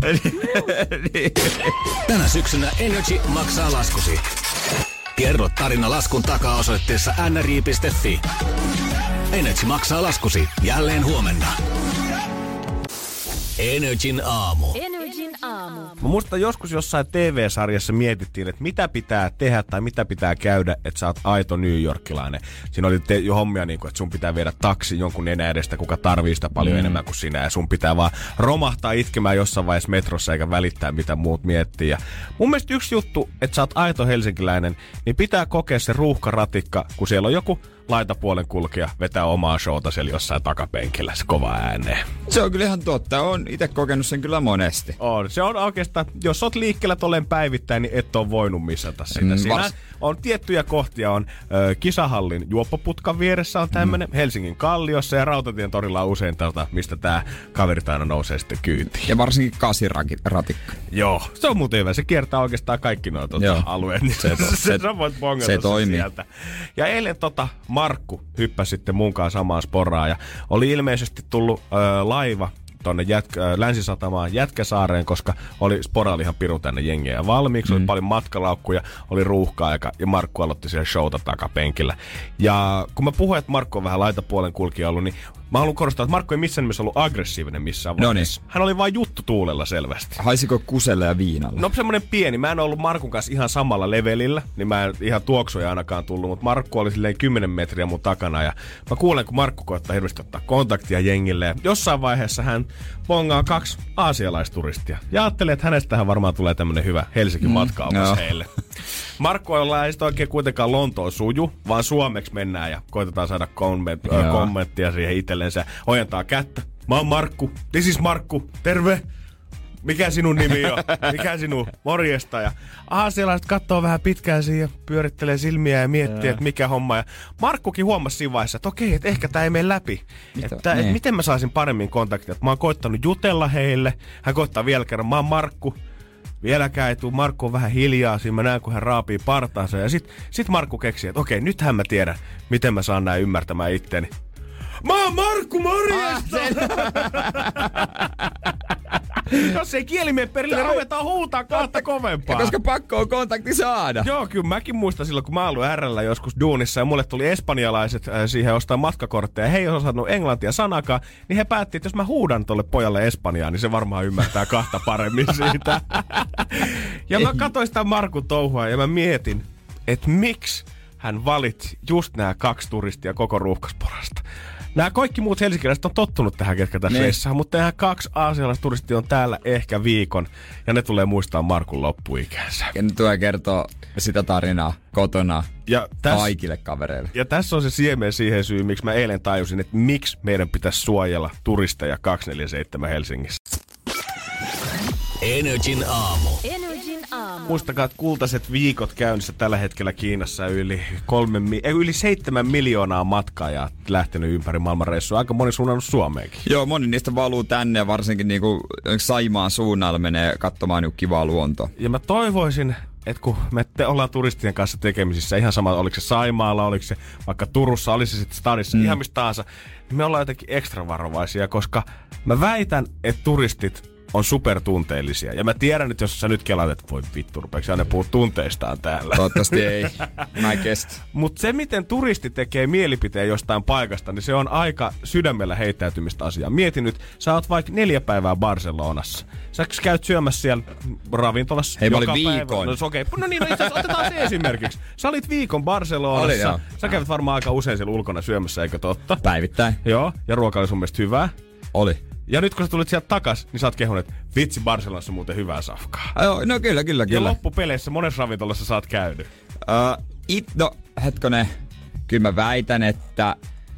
Tänä syksynä Energy maksaa laskusi. Kerro tarina laskun takaa osoitteessa n r j piste f i. Energy maksaa laskusi jälleen huomenna. Energin aamu. Energin aamu. Mä muistan joskus jossain T V-sarjassa mietittiin, että mitä pitää tehdä tai mitä pitää käydä, että sä oot aito newyorkilainen. Siinä oli te- jo hommia niin kuin, että sun pitää viedä taksi jonkun nenä edestä, kuka tarvii sitä paljon mm. enemmän kuin sinä. Ja sun pitää vaan romahtaa itkemään jossain vaiheessa metrossa eikä välittää mitä muut miettii. Ja mun mielestä yksi juttu, että sä oot aito helsinkiläinen, niin pitää kokea se ruuhkaratikka, kun siellä on joku laitapuolen kulkija vetää omaa showta siellä jossain takapenkillä se kova ääneen. Se on kyllä ihan totta. Oon itse kokenut sen kyllä monesti. On. Se on oikeastaan, jos oot liikkeellä tolleen päivittäin, niin et ole voinut missata sitä. Mm, Siinä vars... on tiettyjä kohtia. On ö, Kisahallin juoppoputkan vieressä on tämmönen. Mm. Helsingin Kalliossa ja Rautatien torilla on usein tältä, mistä tää kaverit aina nousee sitten kyytiin. Ja varsinkin kasiratikka. Joo. Se on muuten hyvä. Se kiertää oikeastaan kaikki nuo tuota alueet. Niin se, to, se, sä voit bongata se toimii. Sieltä. Ja eilen tota Markku hyppäsi sitten munkaan samaan sporaan ja oli ilmeisesti tullut ö, laiva tonne Jätkä, ö, Länsisatamaan Jätkäsaareen, koska oli sporalla ihan piru tänne jengiä ja valmiiksi. Mm. Oli paljon matkalaukkuja, oli ruuhka-aika ja Markku aloitti siellä showta takapenkillä. Ja kun mä puhuin, että Markku on vähän laitapuolen kulkija ollut, niin mä haluan korostaa, että Markku ei missään nimessä ollut aggressiivinen missään vaiheessa. Hän oli vain juttu tuulella selvästi. Haisiko kuselle ja viinalla? No semmonen pieni. Mä en ollut Markun kanssa ihan samalla levelillä, niin mä en ihan tuoksuja ainakaan tullut, mutta Markku oli silleen kymmenen metriä mun takana ja mä kuulen, kun Markku koettaa hirveästi ottaa kontaktia jengille. Ja jossain vaiheessa hän bongaa kaksi aasialaisturistia. Ja ajattelee, että hänestähän varmaan tulee tämmönen hyvä Helsingin matka-opas mm, heille. Markku ei sitä oikein kuitenkaan Lontoon suju, vaan suomeksi mennään ja koitetaan saada komment- ö, kommenttia siihen itsellensä. Ojentaa kättä. Mä oon Markku. This is Markku. Terve. Mikä sinun nimi on? Mikä sinun? Morjesta. Ja aasialaiset katsoo vähän pitkään siihen ja pyörittelee silmiä ja miettii, että mikä homma. Ja Markkukin huomasi siinä vaiheessa, että okei, että ehkä tää ei mene läpi. Mitä? Että et miten mä saisin paremmin kontaktia. Mä oon koittanut jutella heille. Hän koittaa vielä kerran. Mä oon Markku. Vieläkään ei tuu. Markku on vähän hiljaa. Siinä mä näen, kun hän raapii partaansa. Ja sit, sit Markku keksii, että okei, nythän mä tiedän, miten mä saan näin ymmärtämään itteni. Mä oon Markku, morjesta! Jos ei kieli mene perille, niin ruvetaan huutaa kahta kovempaa. Ja koska pakko on kontakti saada. Joo, kyllä mäkin muistan silloin, kun mä olin R:llä joskus duunissa ja mulle tuli espanjalaiset äh, siihen ostaa matkakortteja. He ei osannut englantia sanakaan, niin he päätti, että jos mä huudan tolle pojalle espanjaa, niin se varmaan ymmärtää kahta paremmin siitä. Ja mä katsoin sitä Markun touhua ja mä mietin, että miksi hän valitsi just nämä kaksi turistia koko ruuhkasporasta. Nämä kaikki muut helsinkiläiset on tottunut tähän, ketkä tässä reissaan, mutta nämä kaksi aasialaiset turistia on täällä ehkä viikon, ja ne tulee muistaa Markun loppuikänsä. Ja ne tulee kertoa sitä tarinaa kotona ja täs, kaikille kavereille. Ja tässä on se siemen siihen syy, miksi mä eilen tajusin, että miksi meidän pitäisi suojella turisteja kaksikymmentäneljä seitsemän Helsingissä. Energin aamu. Energin aamu. Muistakaa, että kultaiset viikot käynnissä tällä hetkellä Kiinassa yli, kolme, eh, yli seitsemän miljoonaa matkaajaa lähtenyt ympäri maailman reissua. Aika moni suunnannut Suomeenkin. Joo, moni niistä valuu tänne ja varsinkin niinku Saimaan suunnalla menee katsomaan niinku kivaa luontoa. Ja mä toivoisin, että kun me te ollaan turistien kanssa tekemisissä, ihan sama, oliko se Saimaalla, oliko se vaikka Turussa, olisi se sitten stadissa, mm. ihan mistä tahansa, niin me ollaan jotenkin ekstra varovaisia, koska mä väitän, että turistit on supertunteellisia. Ja mä tiedän, että jos sä nyt kelaat, että voi vittu, rupeeksi aina puhua tunteistaan täällä. Toivottavasti ei. Mä en kestä. Mutta se, miten turisti tekee mielipiteen jostain paikasta, niin se on aika sydämellä heittäytymistä asiaa. Mieti nyt, sä oot vaikka neljä päivää Barcelonassa. Sä käyt syömässä siellä ravintolassa. Hei, mä olin joka viikon. Päivä. No, okei. Okay. No niin, no itse asiassa otetaan se esimerkiksi. Sä olit viikon Barcelonassa. Oli, joo. Sä kävit varmaan aika usein siellä ulkona syömässä, eikö totta? Päivittäin. Joo, ja ruoka oli sun mielestä hyvää. Oli. Ja nyt kun sä tulit sieltä takas, niin sä oot kehunut, että vitsi, Barcelonassa on muuten hyvää safkaa. Joo, no kyllä, kyllä, kyllä. Ja loppupeleissä monessa ravintolassa sä oot käynyt. Uh, it, no, hetkonen. Kyllä mä väitän, että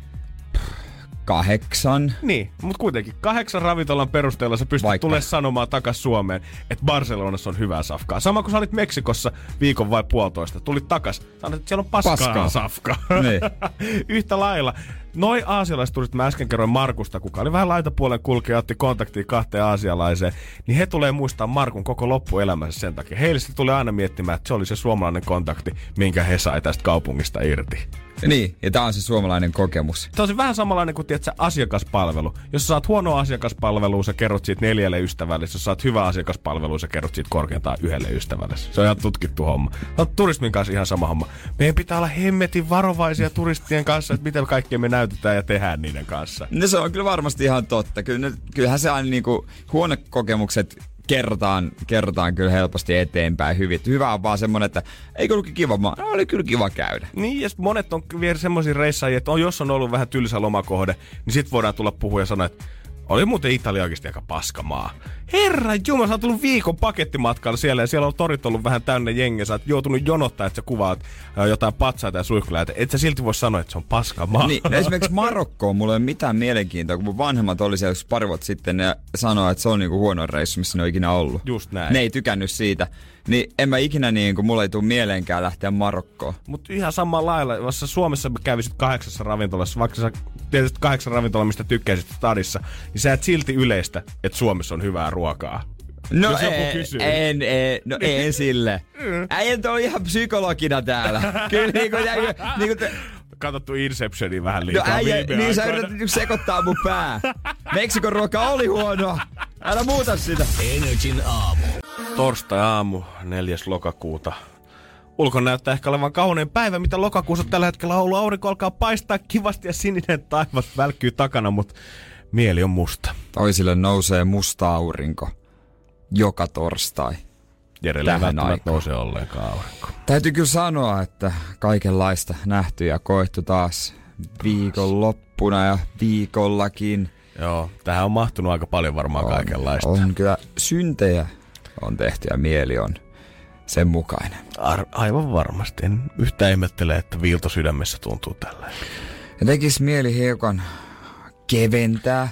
kahdeksan. Niin, mutta kuitenkin kahdeksan ravintolan perusteella sä pystyt Vaikka. tulemaan sanomaan takas Suomeen, että Barcelonassa on hyvää safkaa. Sama kuin sä olit Meksikossa viikon vai puolitoista. Tulit takas, sanoit, että siellä on paskaa, Paskaa. safkaa. Niin. Yhtä lailla. Noi aasialaiset, mä äsken kerroin Markusta, kuka oli vähän laitapuolen kulkija ja otti kontaktia kahteen aasialaiseen, niin he tulee muistaa Markun koko loppuelämänsä sen takia. Heille se tulee aina miettimään, että se oli se suomalainen kontakti, minkä he sai tästä kaupungista irti. Niin, ja tää on se suomalainen kokemus. Se on se vähän samanlainen kuin tiedät, asiakaspalvelu. Jos sä saat huonoa asiakaspalvelua, sä kerrot siitä neljälle ystävälle. Jos sä saat hyvää asiakaspalvelua, sä kerrot siitä korkeintaan yhdelle ystävälle. Se on ihan tutkittu homma. No, turismin kanssa ihan sama homma. Meidän pitää olla hemmetin varovaisia turistien kanssa, että miten kaikkea me näytetään ja tehdään niiden kanssa. No se on kyllä varmasti ihan totta. Kyllä, kyllähän se aina niinku huonekokemukset kerrotaan, kerrotaan kyllä helposti eteenpäin hyvin. Hyvä on vaan semmonen, että eikö ollutkin kiva, no, oli kyllä kiva käydä. Niin, ja monet on vielä semmoisia reissaajia, että on, jos on ollut vähän tylsä lomakohde, niin sit voidaan tulla puhua ja sanoa, että oli muuten Italia oikeasti aika paskamaa. Herra jumala, sä oot tullut viikon pakettimatkalla siellä ja siellä on torit ollut vähän täynnä jengiä. Sä oot joutunut jonottaa, että sä kuvaat ää, jotain patsaita ja suihkuläitä. Et sä silti voi sanoa, että se on paskamaa. Niin, no esimerkiksi Marokkoon mulla ei ole mitään mielenkiintoa, kun mun vanhemmat oli siellä pari vuotta sitten ja sanoi, että se on niinku huono reissu, missä ne on ikinä ollut. Just näin. Ne ei tykännyt siitä. Niin en mä ikinä niinku, mulla ei tule mieleenkään lähteä Marokkoon. Mutta ihan samalla lailla, jos sä Suomessa kävisit kahdeksassa ravintolassa, vaikka sä tietysti kahdeksan ravintola, mistä tykkäisit stadissa, niin sä et silti yleistä, että Suomessa on hyvää ruokaa. No jos joku en, kysyy. en, en, no en sille. Äijät on ihan psykologina täällä. Kyllä niinku, niinku te, Katsottu Inceptionia vähän no liikaa äijä, viime niin sä aikoina. yrität sekoittaa mun pää. Meksikon ruoka oli huonoa. Älä muuta sitä. Energin aamu. Torstai-aamu, neljäs lokakuuta. Ulkona näyttää ehkä olevan kaunein päivä, mitä lokakuussa tällä hetkellä on ollut. Aurinko alkaa paistaa kivasti ja sininen taivas välkkyy takana, mutta mieli on musta. Toisille nousee musta aurinko. Joka torstai. Jerelle ei Tähän välttämättä aikaan. nouse ollenkaan aurinko. Täytyy kyllä sanoa, että kaikenlaista nähty ja koettu taas viikonloppuna ja viikollakin. Joo, tähän on mahtunut aika paljon varmaan On, kaikenlaista. on kyllä syntejä on tehty ja mieli on sen mukainen. Ar- aivan varmasti. En yhtään ihmettele, että viilto sydämessä tuntuu tällä. Ja tekis mieli hiukan keventää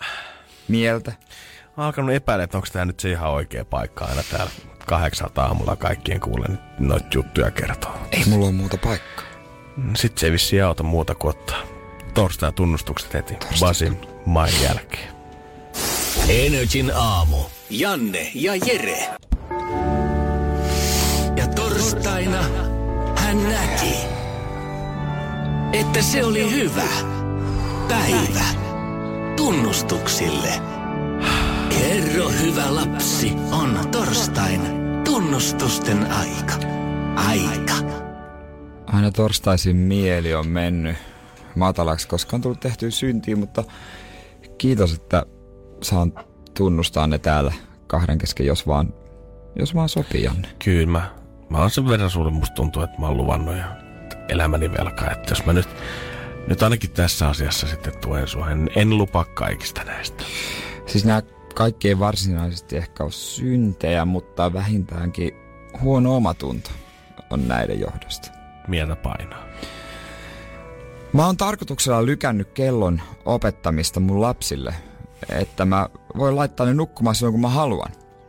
mieltä. Mä oon alkanut epäillä, että onko tää nyt se ihan oikea paikka aina täällä kahdeksalta aamulla kaikkien kuulen noita juttuja kertoo. Ei mulla ole muuta paikkaa. Sitten se ei vissiin auta muuta kuin ottaa torstain tunnustukset heti Basin main jälkeen. Energin aamu. Janne ja Jere. Ja torstaina hän näki, että se oli hyvä päivä tunnustuksille. Kerro hyvä lapsi, on torstain tunnustusten aika. Aika. Aina torstaisin mieli on mennyt matalaksi, koska on tullut tehtyä syntiä, mutta kiitos, että saan tunnustaa ne täällä kahden kesken, jos vaan, jos vaan sopii, Janne. Kyllä mä, mä oon sen verran sulle, musta tuntuu, että mä oon luvannut ja elämäni velkaa. Että jos mä nyt, nyt ainakin tässä asiassa sitten tuen sua, en, en lupaa kaikista näistä. Siis nämä kaikki ei varsinaisesti ehkä ole syntejä, mutta vähintäänkin huono omatunto on näiden johdosta. Mieltä painaa. Mä oon tarkoituksella lykännyt kellon opettamista mun lapsille, että mä voin laittaa ne nukkumaan silloin, kun mä haluan.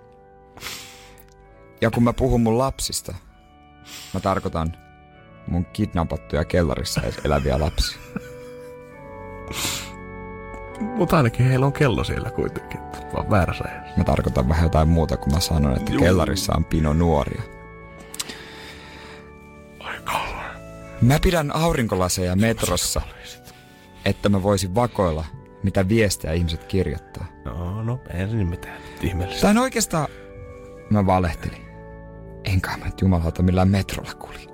Ja kun mä puhun mun lapsista, mä tarkoitan mun kidnappattuja kellarissa eläviä lapsia. Mutta ainakin heillä on kello siellä kuitenkin, vaan väärässä ajassa. Mä tarkoitan vähän jotain muuta, kun mä sanon, että kellarissa on pino nuoria. Mä pidän aurinkolaseja metrossa, että mä voisin vakoilla mitä viestejä ihmiset kirjoittaa. No, no, ei se nyt mitään ihmeellistä. Tää on oikeastaan... Mä valehtelin. Enkä mä nyt jumalauta millään metrolla kulje.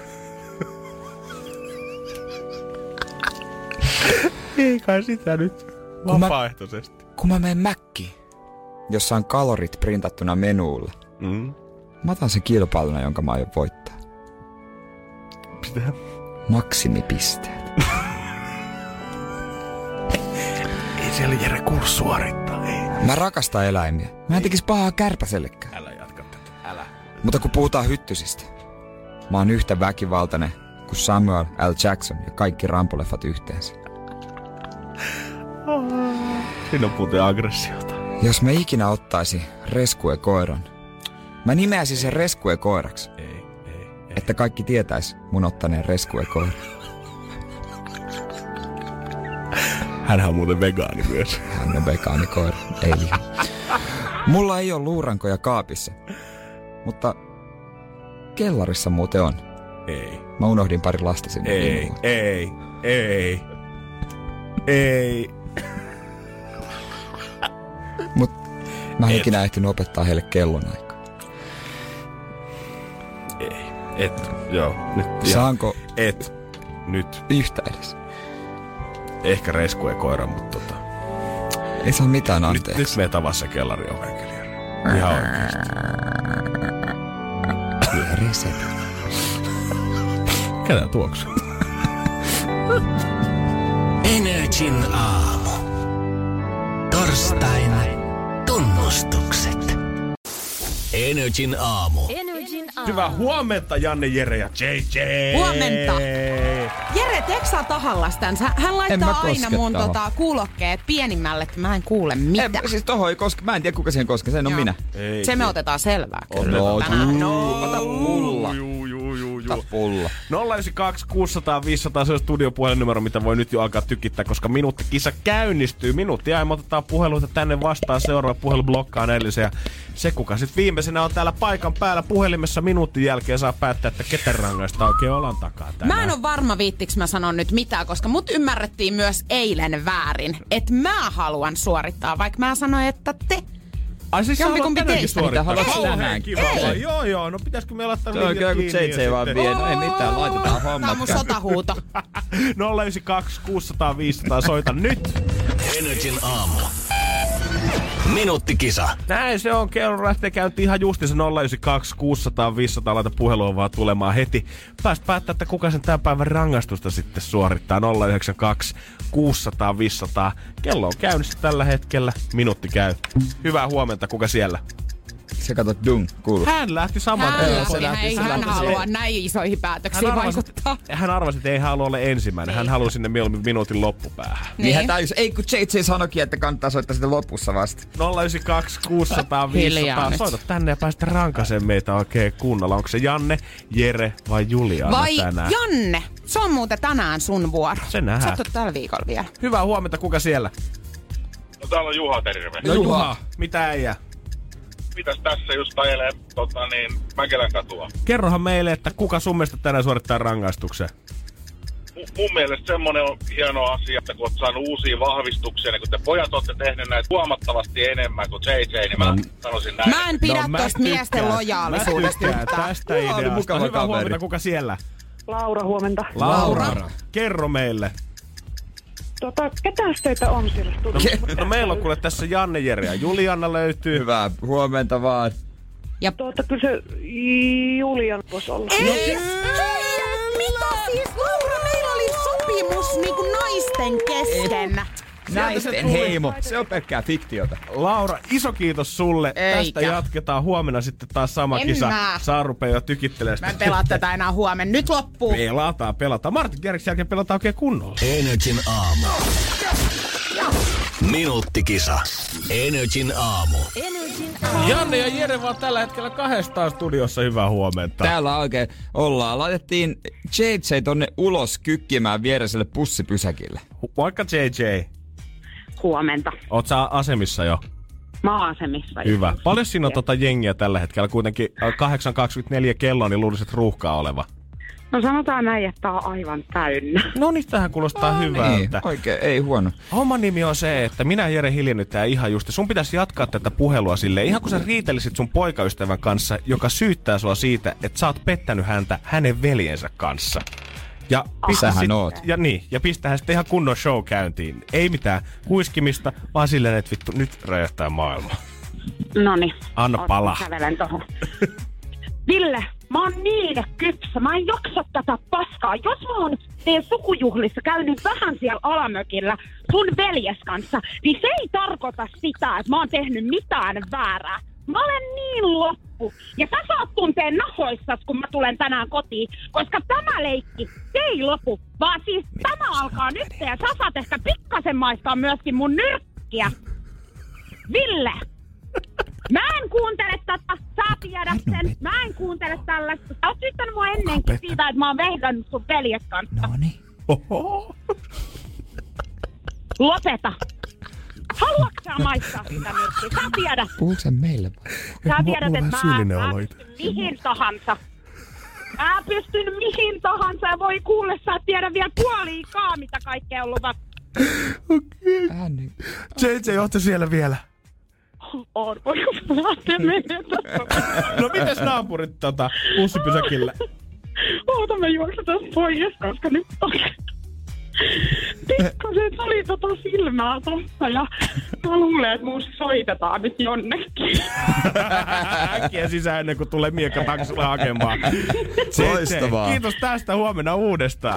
Ei kai sitä nyt vapaaehtoisesti. Kun mä, kun mä menen Mäkkiin, jossa on kalorit printattuna menuulla, Mm. mä otan sen kilpailuna, jonka mä aion voittaa. Mitä? Maksimipisteet. Ei siellä Jere kuulu suorittaa, ei. Mä rakastan eläimiä. Mä en tekis pahaa kärpäsellekään. Älä jatka tätä, älä. Mutta kun puhutaan hyttysistä, mä oon yhtä väkivaltainen kuin Samuel L. Jackson ja kaikki Rambo-leffat yhteensä. Siinä on muuten aggressiota. Jos mä ikinä ottaisi rescue-koiran, mä nimeäisin sen rescue-koiraksi, Ei, ei, ei. että kaikki tietäis mun ottaneen rescue-koiran. Hänhän on muuten vegaani myös. Hän on vegaanikoira, ei liha. Mulla ei ole luurankoja kaapissa, mutta kellarissa muuten on. Ei. Mä unohdin pari lasta sinne. Ei, imuun. ei, ei, ei. Mut mä en Et. ikinä ehtinyt opettaa heille kellonaikaa. Ei. Et. Joo. Nyt. ja- Saanko Et. Nyt. yhtä edes? Ehkä rescue koira, mutta tota. Ei saa mitään Nyt, anteeksi. nyt me tavassa kellari ovenkeli. Ihan oikeesti. Reset. Ketä tuoksu? Energin aamu. Torstain tunnustukset. Energin aamu. Energin aamu. Hyvää huomenta, Janne, Jere ja J J. Huomenta. Jere, teekö sä tahallasi tän? Sä- Hän En laittaa mä aina koske mun tohon. tota, kuulokkeet pienimmälle, että mä en kuule mitään. En, siis tohon ei koske. Mä en tiedä kuka siihen koskee. Sen on Joo. minä. Ei, Se me otetaan selvää. Kyllä. No, Tänään. juu, ota pulla. Juu, juu, juu, Ota juu. pulla. nolla yhdeksän kaksi kuusi nolla nolla viisi nolla nolla, se on studiopuhelinumero, mitä voi nyt jo alkaa tykittää, koska minuuttikisa käynnistyy. Minuuttia ja me otetaan puheluita tänne vastaan. Seuraava puhelu blokkaa edellisen. Ja se, kuka sitten viimeisenä on täällä paikan päällä puhelimessa minuutin jälkeen, saa päättää, että ketä rangaista oikein olan takaa tänään. Mä en ole varma, viittiks mä sanon nyt mitään, koska mut ymmärrettiin myös eilen väärin, että mä haluan suorittaa, vaikka mä sanoin, että te. Ai siis sä haluat Jompikumpi tänäänkin teistä. suorittaa? Mitä haluat Kauhean tänään? kiva. Ei. Joo, joo. No pitäisikö me laittaa Se on kyllä kun kiinni J J ja vaan sitten- vie. No ei mitään, laitetaan hommat. Tää on mun käyntiin. sotahuuto. nolla yhdeksän kaksi kuusi nolla nolla viisi nolla nolla, soita nyt. Energin aamu. Minuuttikisa. Näin se on. Kello lähtee käyntiin ihan justiinsa nolla yhdeksän kaksi kuusi nolla nolla viisi nolla nolla. Laita puhelua vaan tulemaan heti. Pääst päättää, että kuka sen tämän päivän rangaistusta sitten suorittaa. nolla yhdeksän kaksi kuusi nolla nolla viisi nolla nolla. Kello on käynnissä tällä hetkellä. Minuutti käy. Hyvää huomenta. Kuka siellä? Se katsot dung, kuuluu. Hän lähti saman Hän tien. lähti, Se hän ei se hän lähti- halua näin isoihin päätöksiin hän arvasi, vaikuttaa. hän arvasi, että ei halua olla ensimmäinen. Hän halusi sinne mieluummin minuutin loppupäähän. Niin hän täysin. Ei kun J J sanoikin, että kannattaa soittaa sitten lopussa vasta. nolla yhdeksän kaksi kuusi nolla nolla viisi nolla Hiljaa nolla. nyt. Soita tänne ja päästä rankaseen meitä oikein kunnolla. Onko se Janne, Jere vai Juliana Vai tänään? Janne, se on muuten tänään sun vuoro. Se nähdään. Sä oot ollut tällä viikolla vielä. Hyvää huomenta, kuka siellä? No täällä on Juha, terve. No Juha, mitä äijä? Mitäs tässä just ajelee tota, niin, Mäkelän katua? Kerrohan meille, että kuka sun mielestä tänään suorittaa rangaistuksen? M- mun mielestä semmonen on hieno asia, että kun oot saanut uusia vahvistuksia, niin kun te pojat olette tehneet näitä huomattavasti enemmän kuin J J, niin mä sanoisin näin. Mä en pidä No, mä tosta tykkään. miesten lojaalisuudesta Mä tykkään yhtään. tästä Juha oli ideasta. mukava Hyvää kaveri. huomenta, kuka siellä? Laura, huomenta. Laura. Kerro meille. Tota, ketäs teitä on siellä studiossa? No meillä on kuule tässä Janne, Jere ja Juliana löytyy. Hyvää huomenta vaan. Tuota, kyllä se Julian voisi olla. Ei! Mitä siis? Laura, meillä oli sopimus niinku naisten kesken. Naisten heimo. Se on pelkkää fiktiota. Laura, iso kiitos sulle. Eikä. Tästä jatketaan huomenna sitten taas sama En kisa. mä. Saa rupea jo tykittelemään. Mä en pelaa tätä enää huomenna. Nyt loppuu. Pelataan, pelataan. Martin Kierriksen jälkeen pelataan oikein kunnolla. Energin aamu. Minuuttikisa. Energin aamu. Energin aamu. Janne ja Jere vaan tällä hetkellä kahdestaan studiossa. Hyvää huomenta. Täällä oikein ollaan. Laitettiin J J tonne ulos kykkimään viereiselle bussipysäkille. Moikka J J. Huomenta. Oot sä asemissa jo? Mä oon asemissa. Hyvä. Paljon siinä on tota jengiä tällä hetkellä? Kuitenkin äh, kahdeksan kaksikymmentäneljä kello, niin luulisit ruuhkaa oleva. No sanotaan näin, että tää on aivan täynnä. No niin, tähän kuulostaa no, hyvältä. Niin, oikein, ei huono. Homman nimi on se, että minä Jere hiljennytään ihan just. Sun pitäisi jatkaa tätä puhelua silleen, ihan kun sä riitelisit sun poikaystävän kanssa, joka syyttää sua siitä, että sä oot pettänyt häntä hänen veljensä kanssa. Ja pistä sit, ja niin, ja pistää hän sitten ihan kunnon show käyntiin. Ei mitään huiskimista, vaan silleen, että vittu, nyt räjähtää maailma. Noniin. Anna palaa. Kävelen tohon. Ville, mä oon niin kypsä. Mä en jaksa tätä paskaa. Jos mä oon teidän sukujuhlissa käynyt vähän siellä alamökillä sun veljes kanssa, niin se ei tarkoita sitä, että mä oon tehnyt mitään väärää. Mä olen niin loppu. Ja sä saat tunteen nahoissas, kun mä tulen tänään kotiin, koska tämä leikki ei lopu, vaan siis Mitä tämä alkaa nyt ja sä saat ehkä pikkasen maistaa myöskin mun nyrkkiä. Ville! Mä en kuuntele tätä, sä tiedät sen. Mä en kuuntele tällaista. Sä oot syyttänyt mua ennenkin siitä, että mä oon vehdannut sun veljet kanssa. Noniin. Lopeta. Haluatko sä maistaa sitä nyrkkiä? Sä tiedät. Puhuuko sä meille vai? Sä tiedät, että mä, mä pystyn mihin tahansa. Mä pystyn mihin tahansa ja voi kuulle, sä et tiedä vielä puoliikaa, mitä kaikkea on luvattu. Okei. Okay. J J, ootte siellä vielä? Oon, voiko mä lähteä menemään? No mites naapurit tota, bussipysäkillä? Oota, mä juoksen tästä pois, koska nyt on... Pikkasen tuli tota silmää tossa ja mä luulen, että musta soitetaan nyt jonnekin. Äkkiä sisään ennen kuin tulee miekka taksilla hakemaan. Loistavaa. Kiitos tästä, huomenna uudestaan.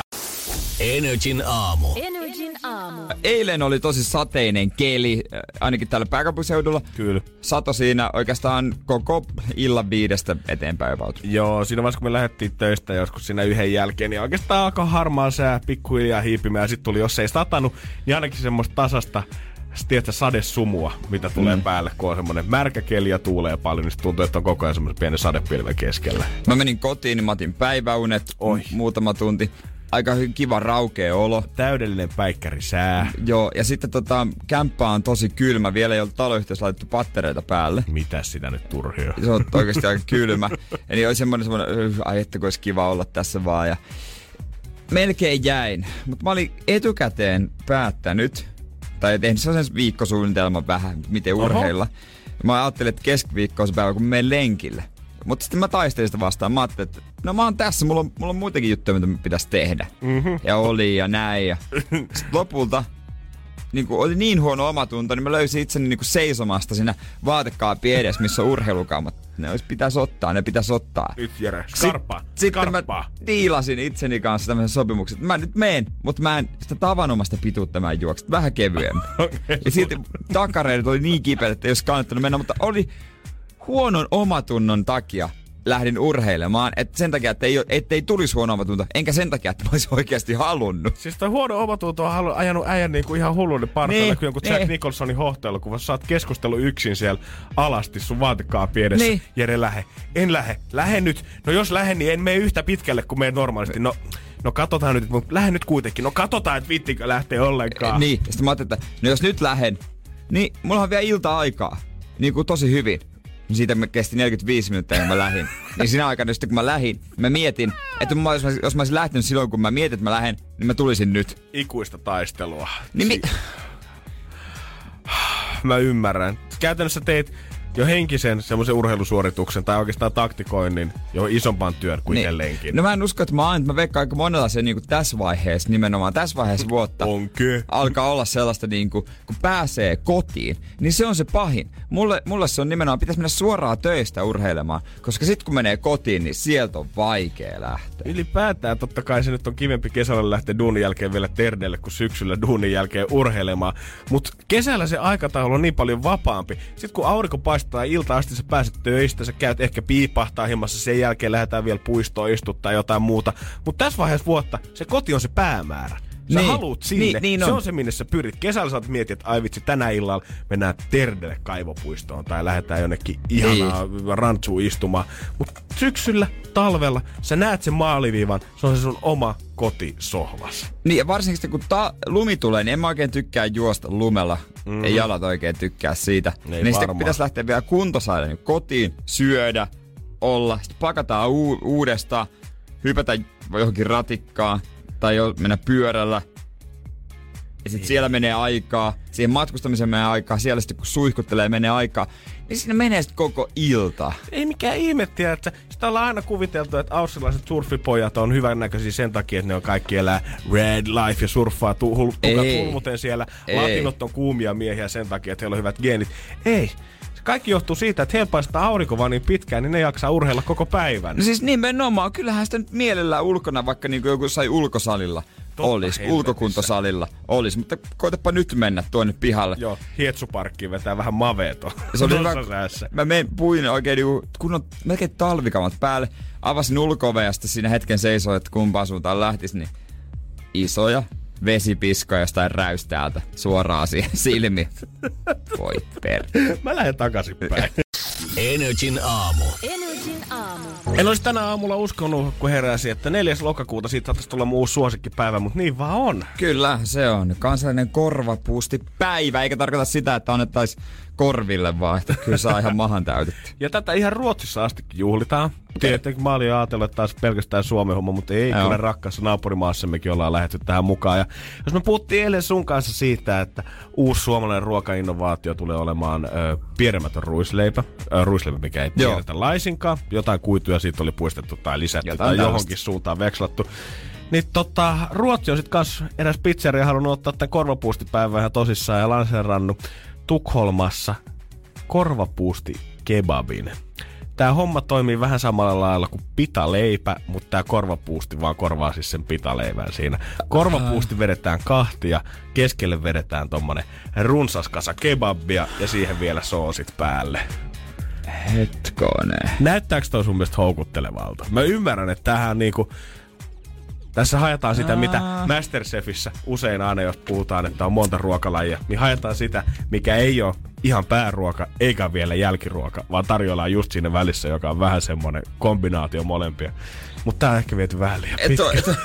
Energin aamu. Energin aamu. Eilen oli tosi sateinen keli, ainakin täällä pääkaupunkiseudulla. Kyllä. Sato siinä oikeastaan koko illan viidestä eteenpäin about. Joo, siinä vaiheessa kun me lähdettiin töistä joskus siinä yhden jälkeen, niin oikeastaan alkoi harmaa sää pikkuhiljaa hiipimään. Ja sitten tuli, jos ei satanut, niin ainakin semmoista tasasta, tiedätkö, sadesumua, mitä tulee mm. päälle, kun on semmoinen märkä keli ja tuulee paljon, niin tuntuu, että on koko ajan semmoinen pieni sadepilven keskellä. Mä menin kotiin, niin mä otin päiväunet Oi. muutama tunti. Aika kiva raukea olo. Täydellinen päikkärisää. Joo, ja sitten tota, kämppä on tosi kylmä. Vielä ei ole taloyhtiössä laitettu pattereita päälle. Mitäs sitä nyt turhia? Se on oikeasti aika kylmä. Eli oli semmoinen, semmoinen ai että kun olisi kiva olla tässä vaan. Ja melkein jäin. Mutta mä olin etukäteen päättänyt, tai tehnyt sellaisen viikkosuunnitelman vähän, miten urheilla. Mä ajattelin, että keskiviikko on se päivä, kun mä menen lenkille. Mutta sitten mä taistelin sitä vastaan. Mä ajattelin, että no mä oon tässä, mulla on, mulla on muitakin juttuja, mitä pitäisi tehdä. Mm-hmm. Ja oli ja näin. Ja sitten lopulta niin kun oli niin huono omatunto, niin mä löysin itseni niin kun seisomasta siinä vaatekaapin edessä, missä on urheilukaumat. Ne olisi pitäisi ottaa, ne pitäisi ottaa. Nyt Jere, skarppaa. Sitten mä diilasin itseni kanssa tämmöisen sopimuksen. Mä nyt meen, mutta mä en sitä tavanomasta pituutta mä en juokse. Vähän kevyemmin. Okay. Ja silti takareidet oli niin kipeät, että ei olisi kannattanut mennä, mutta oli huonon omatunnon takia lähdin urheilemaan, että sen takia, että ei, ettei tulisi huono omatunto, enkä sen takia, että mä olisin oikeasti halunnut. Siis toi huono omatunto on ajanut äijän niinku ihan hulluuden partailla, niin, kuin jonkun Jack Nicholsonin hohtelu, kun sä oot keskustellut yksin siellä alasti sun vaatekaapin edessä. Niin. Jere, lähe. En lähe. Lähe nyt. No jos lähen, niin en mene yhtä pitkälle kuin mene normaalisti. No, no katsotaan nyt, mutta lähden nyt kuitenkin. No katsotaan, että vittikö lähtee ollenkaan. Niin, ja sitten mä ajattelin, että no jos nyt lähen, niin mulla on vielä ilta-aikaa. Niin kuin tosi hyvin. Niin siitä me kesti neljäkymmentäviisi minuuttia, kun mä lähdin. Niin siinä aikana, sitten kun mä lähdin, mä mietin, että mä, jos, mä, jos mä olisin lähtenyt silloin, kun mä mietin, että mä lähden, niin mä tulisin nyt. Ikuista taistelua. Niin mi- Mä ymmärrän. Käytännössä teit jo henkisen semmoisen urheilusuorituksen tai oikeastaan taktikoinnin jo isompaan työn kuin niin. Lenkin. No mä en usko, että mä aina, mä veikkaan aika monella se niin kuin tässä vaiheessa, nimenomaan tässä vaiheessa vuotta Onke. alkaa olla sellaista niin kuin, kun pääsee kotiin, niin se on se pahin. Mulle, mulle se on nimenomaan, pitäisi mennä suoraan töistä urheilemaan, koska sit kun menee kotiin, niin sieltä on vaikea lähteä. Ylipäätään totta kai se nyt on kivempi kesällä lähteä duunin jälkeen vielä terneille kuin syksyllä duunin jälkeen urheilemaan. Mut kesällä se aikataulu on niin paljon vapaampi. Sitten kun aurinko paistaa tai ilta asti sä pääset töistä, sä käyt ehkä piipahtaa himmassa, sen jälkeen lähdetään vielä puistoon istuttaa jotain muuta. Mutta tässä vaiheessa vuotta se koti on se päämäärä. Sä niin, haluut sinne. Niin, niin on. Se on se, minne sä pyrit. Kesällä saat miettiä, että ai vitsi, tänä illalla mennään Terdelle kaivopuistoon tai lähdetään jonnekin ihanaa niin. rantsuun istumaan. Mutta syksyllä, talvella, sä näet sen maaliviivan, se on se sun oma kotisohvas. Niin ja varsinkin kun ta- lumi tulee, niin en mä oikein tykkää juosta lumella. Mm-hmm. Ei jalat oikein tykkää siitä. Ei niin sitten kun pitäisi lähteä vielä kuntosaille niin kotiin, syödä, olla, sitten pakataan u- uudestaan. hypätä johonkin ratikkaan tai jo mennä pyörällä. Ja sit siellä menee aikaa, siihen matkustamiseen menee aikaa, siellä sitten kun suihkuttelee menee aikaa, niin siinä menee sitten koko ilta. Ei mikään ihmettiä, että sitä ollaan aina kuviteltu, että aussilaiset surfipojat on hyvännäköisiä sen takia, että ne on kaikki elää red life ja surffaa tu- tukat hulmuten siellä. Ei. Latinot on kuumia miehiä sen takia, että heillä on hyvät geenit. Ei. Kaikki johtuu siitä, että heillä paistaa aurinko vaan niin pitkään, niin ne jaksaa urheilla koko päivän. No siis nimenomaan, kyllähän sitä nyt mielellään ulkona, vaikka niin kuin joku sai ulkosalilla. Olis, ulkokuntosalilla olis, mutta koitapa nyt mennä tuonne pihalle. Joo, hietsuparkkiin vetää vähän maveeto. Se oli hyvä, mä menen puin oikein niinku, kun on melkein talvikamat päälle, avasin ulko-oven ja sitten siinä hetken seisoi, että kumpaan suuntaan lähtis, niin isoja vesipiskoja jostain räystäältä suoraan siihen silmiin. Voi per. Mä lähden takaisin päin. Energin aamu. Energin aamu. En olisi tänä aamulla uskonut, kun heräsi, että neljäs lokakuuta siitä saattaisi tulla mun uusi suosikkipäivä, mutta niin vaan on. Kyllä, se on. Kansallinen korvapuustipäivä, eikä tarkoita sitä, että annettaisiin korville, vaan että kyllä saa ihan mahan täytetty. Ja tätä ihan Ruotsissa astikin juhlitaan. Tietenkin mä olin ajatellut, että taas pelkästään Suomen homma, mutta ei, kyllä rakkaassa naapurimaassammekin ollaan lähdetty tähän mukaan. Ja jos me puhuttiin eilen sun kanssa siitä, että uusi suomalainen ruokainnovaatio tulee olemaan ö, pienemmät on ruisleipä. Ö, ruisleipä, mikä ei piennetä laisinkaan. Jotain kuituja siitä oli puistettu tai lisätty jotain tai tällaista. Johonkin suuntaan vekslattu. Niin tota, Ruotsi on sit kans eräs pizzeria halunnut ottaa tämän korvapuustipäivän ihan tosissaan ja lanseerannut Tukholmassa korvapuusti kebabin. Tää homma toimii vähän samalla lailla kuin pitaleipä, mutta tää korvapuusti vaan korvaa siis sen pitaleivän siinä. Korvapuusti vedetään kahtia, keskelle vedetään tommonen runsas kasa kebabia ja siihen vielä soosit päälle. Hetkonen. Näyttääkö toi sun mielestä houkuttelevalta? Mä ymmärrän, että tämähän niinku... Tässä haetaan sitä, mitä Masterchefissä usein aina, jos puhutaan, että on monta ruokalajia, niin haetaan sitä, mikä ei ole ihan pääruoka, eikä vielä jälkiruoka, vaan tarjoillaan just siinä välissä, joka on vähän semmoinen kombinaatio molempia. Mutta tää on ehkä viety vähän liian pitkä.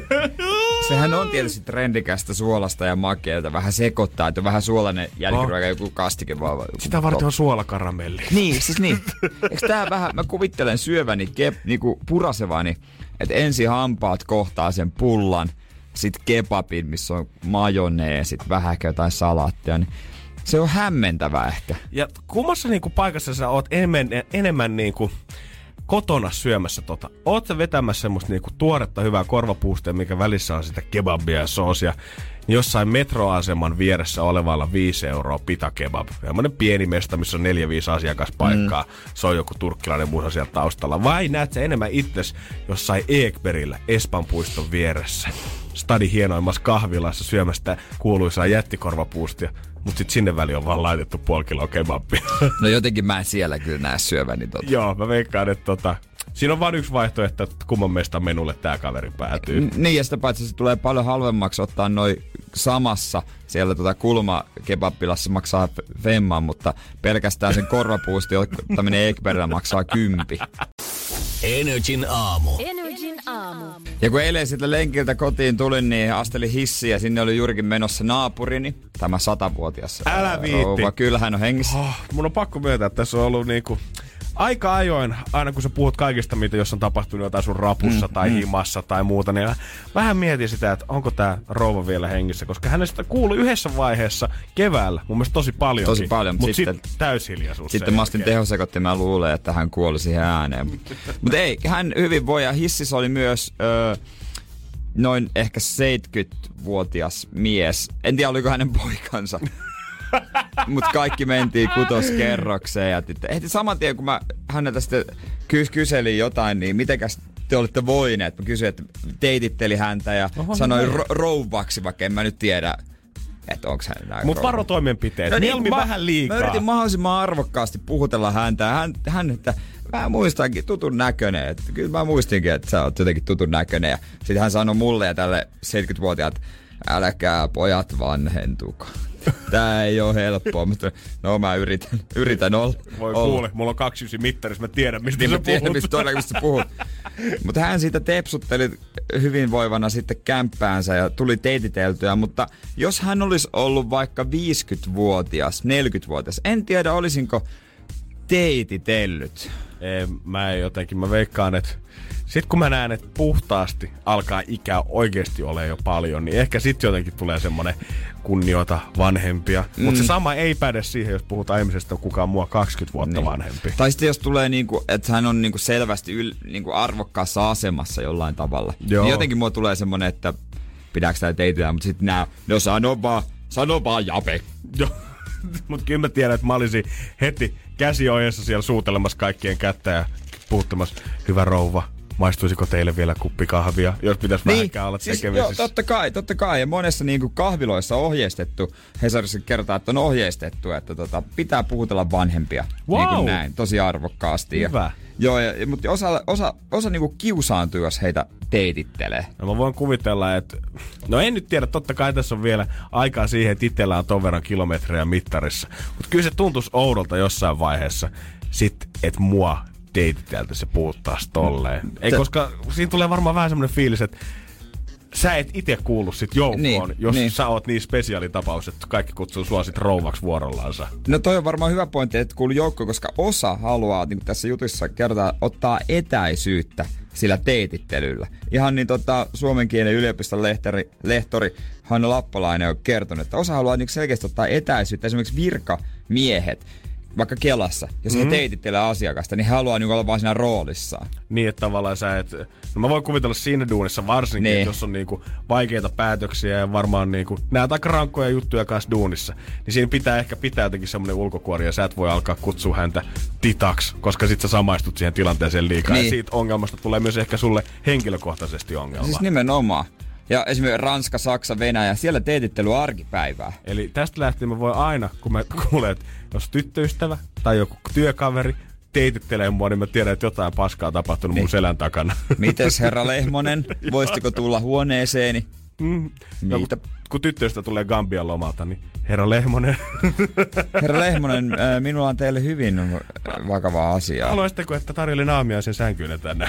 Sehän on tietysti trendikästä suolasta ja makeelta. Vähän sekoittaa, että on vähän suolainen jälkiruoka, oh. joku kastike vaan. Sitä varten on suolakaramelli. Niin, siis niin. Eikö tää vähän, mä kuvittelen syöväni, kep, niinku purasevani, että ensin hampaat kohtaa sen pullan, sit kebabin, missä on majoneesit, vähän jotain salaattia, niin se on hämmentävää ehkä. Ja kummassa niinku paikassa sä oot enemmän, enemmän niinku kotona syömässä tota? Oot sä vetämässä semmoista niinku tuoretta hyvää korvapuustia, mikä välissä on sitä kebabia ja soosia, niin jossain metroaseman vieressä olevalla viisi euroa pita kebab. Semmoinen pieni mesta, missä on neljä viisi asiakaspaikkaa. Mm. Se on joku turkkilainen musa siellä taustalla. Vai näet sä enemmän itses jossain Ekberillä Espan puiston vieressä? Stadin hienoimmassa kahvilassa syömästä kuuluisaa jättikorvapuustia. Mut sit sinne väliin on vaan laitettu puoli kiloa kebabia. No jotenkin mä en siellä kyllä näe syöväni tota. Joo, mä veikkaan, että tota... Siinä on vain yksi vaihtoehto, että kumman meistä menulle tää kaveri päätyy. N- niin, ja sitä paitsi se tulee paljon halvemmaksi ottaa noin samassa siellä tota kulmakebabbilassa maksaa femman, mutta pelkästään sen korvapuusti ottaminen Ekberillä maksaa kympi. Energin aamu. Energin aamu. Ja kun eilen sitten lenkiltä kotiin tulin, niin astelin hissiä ja sinne oli juurikin menossa naapurini, tämä satavuotias Älä viitti. rouva. Kyllä hän on hengissä. Oh, mun on pakko myöntää, että tässä on ollut niinku... Aika ajoin, aina kun sä puhut kaikista, mitä jos on tapahtunut jotain sun rapussa mm, tai mm. himassa tai muuta, niin vähän mietin sitä, että onko tää rouva vielä hengissä, koska hänestä kuului yhdessä vaiheessa keväällä, mun mielestä tosi paljon. Tosi paljon, mutta sitten sit täyshiljaisuus. Sitten mä astin tehosekotti, mä luulen, että hän kuoli siihen ääneen. Mutta ei, hän hyvin voi, ja hississä oli myös öö, noin ehkä seitsemänkymmentävuotias mies. En tiedä, oliko hänen poikansa. Mut kaikki mentiin kutoskerrokseen ja heti saman tien kun mä häneltä sitten kys- kyselin jotain, niin mitenkäs te olitte voineet? Mä kysyin, että teititteli häntä ja Oho, sanoin ro- rouvaksi, vaikka en mä nyt tiedä, että onks hän näin. Mut varo toimenpiteet, no niin, mä, vähän liikaa. Mä yritin mahdollisimman arvokkaasti puhutella häntä ja hän, hän että mä muistankin tutun näköinen. Että kyllä mä muistinkin, että sä oot jotenkin tutun näköinen. Ja sit hän sanoi mulle ja tälle seitsemänkymmentävuotiaat, älkää pojat vanhentuko. Tää ei oo helppoa, mutta no mä yritän, yritän olla. Voi kuule, mulla on kaksi mittarissa, mä tiedän mistä niin sä tiedän, puhut. Mistä todennäköisesti puhut. Mutta hän siitä tepsutteli hyvinvoivana sitten kämppäänsä ja tuli teititeltyä, mutta jos hän olisi ollut vaikka viisikymmentävuotias, neljäkymmentävuotias, en tiedä olisinko teititellyt. Ei, mä en jotenkin, mä veikkaan, että Sitten kun mä näen, että puhtaasti alkaa ikää oikeasti ole jo paljon, niin ehkä sitten jotenkin tulee semmoinen kunnioita vanhempia. Mm. Mutta se sama ei päde siihen, jos puhutaan ihmisestä, kukaan mua kaksikymmentä vuotta niin. vanhempi. Tai sitten jos tulee niinku, että hän on niinku selvästi yl, niinku arvokkaassa asemassa jollain tavalla. Joo. Niin jotenkin mua tulee semmoinen, että pidääkö tää teitä, mutta sitten nää, no sano vaan, sano vaan Jape. Joo. Mutta kyllä mä tiedän, että mä olisin heti käsi ojessa siellä suutelemassa kaikkien kättä ja puhuttamassa, hyvä rouva, maistuisiko teille vielä kuppi kahvia, jos pitäisi niin, vähänkään olla siis, tekemisissä. Joo, totta kai, totta kai. Ja monessa niin kuin kahviloissa ohjeistettu, Hesarissa kertaa, että on ohjeistettu, että tota, pitää puhutella vanhempia. Wow. Niin kuin näin, tosi arvokkaasti. Hyvä. Ja, joo, ja, mutta osa, osa, osa niin kuin kiusaantuu, jos heitä teitittelee. No mä voin kuvitella, että... No en nyt tiedä, totta kai tässä on vielä aikaa siihen, että itsellä on ton verran kilometrejä mittarissa. Mutta kyllä se tuntuisi oudolta jossain vaiheessa, sit, että mua deititeltä se puhuttaisi tolleen. Ei, T- koska siinä tulee varmaan vähän semmoinen fiilis, että sä et itse kuulu sit joukkoon, niin, jos niin. sä oot niin spesiaalitapaus, että kaikki kutsuu sua sit rouvaksi vuorollansa. No toi on varmaan hyvä pointti, että kuulu joukkoon, koska osa haluaa, niin kuin tässä jutussa kertaa, ottaa etäisyyttä sillä teitittelyllä. Ihan niin tota, suomen kielen yliopiston lehtori, lehtori Hanna Lappalainen on kertonut, että osa haluaa niin selkeästi ottaa etäisyyttä, esimerkiksi virkamiehet, vaikka Kelassa, jos mm-hmm. he teitittelee asiakasta, niin he haluaa niin olla vaan siinä roolissaan. Niin, että tavallaan sä et... No mä voin kuvitella siinä duunissa varsinkin, niin. että jos on niinku vaikeita päätöksiä ja varmaan niinku... Nää aika rankkoja juttuja kanssa duunissa. Niin siinä pitää ehkä pitää jotenkin semmonen ulkokuori ja sä et voi alkaa kutsua häntä titaksi, koska sit sä samaistut siihen tilanteeseen liikaa. Niin. Ja siitä ongelmasta tulee myös ehkä sulle henkilökohtaisesti ongelma. Siis nimenomaan. Ja esimerkiksi Ranska, Saksa, Venäjä, siellä teetittely arkipäivää. Eli tästä lähtien mä voin aina, kun mä kuulen, että jos tyttöystävä tai joku työkaveri teitittelee mua, niin mä tiedän, että jotain paskaa on tapahtunut niin. mun selän takana. Mites herra Lehmonen, voisitko tulla huoneeseeni? Mm. No, kun, kun tyttöystävä tulee Gambian lomalta, niin herra Lehmonen. Herra Lehmonen, minulla on teille hyvin vakavaa asiaa. Haluaisitteko, että tarjolin aamiaisen sänkyynä tänään?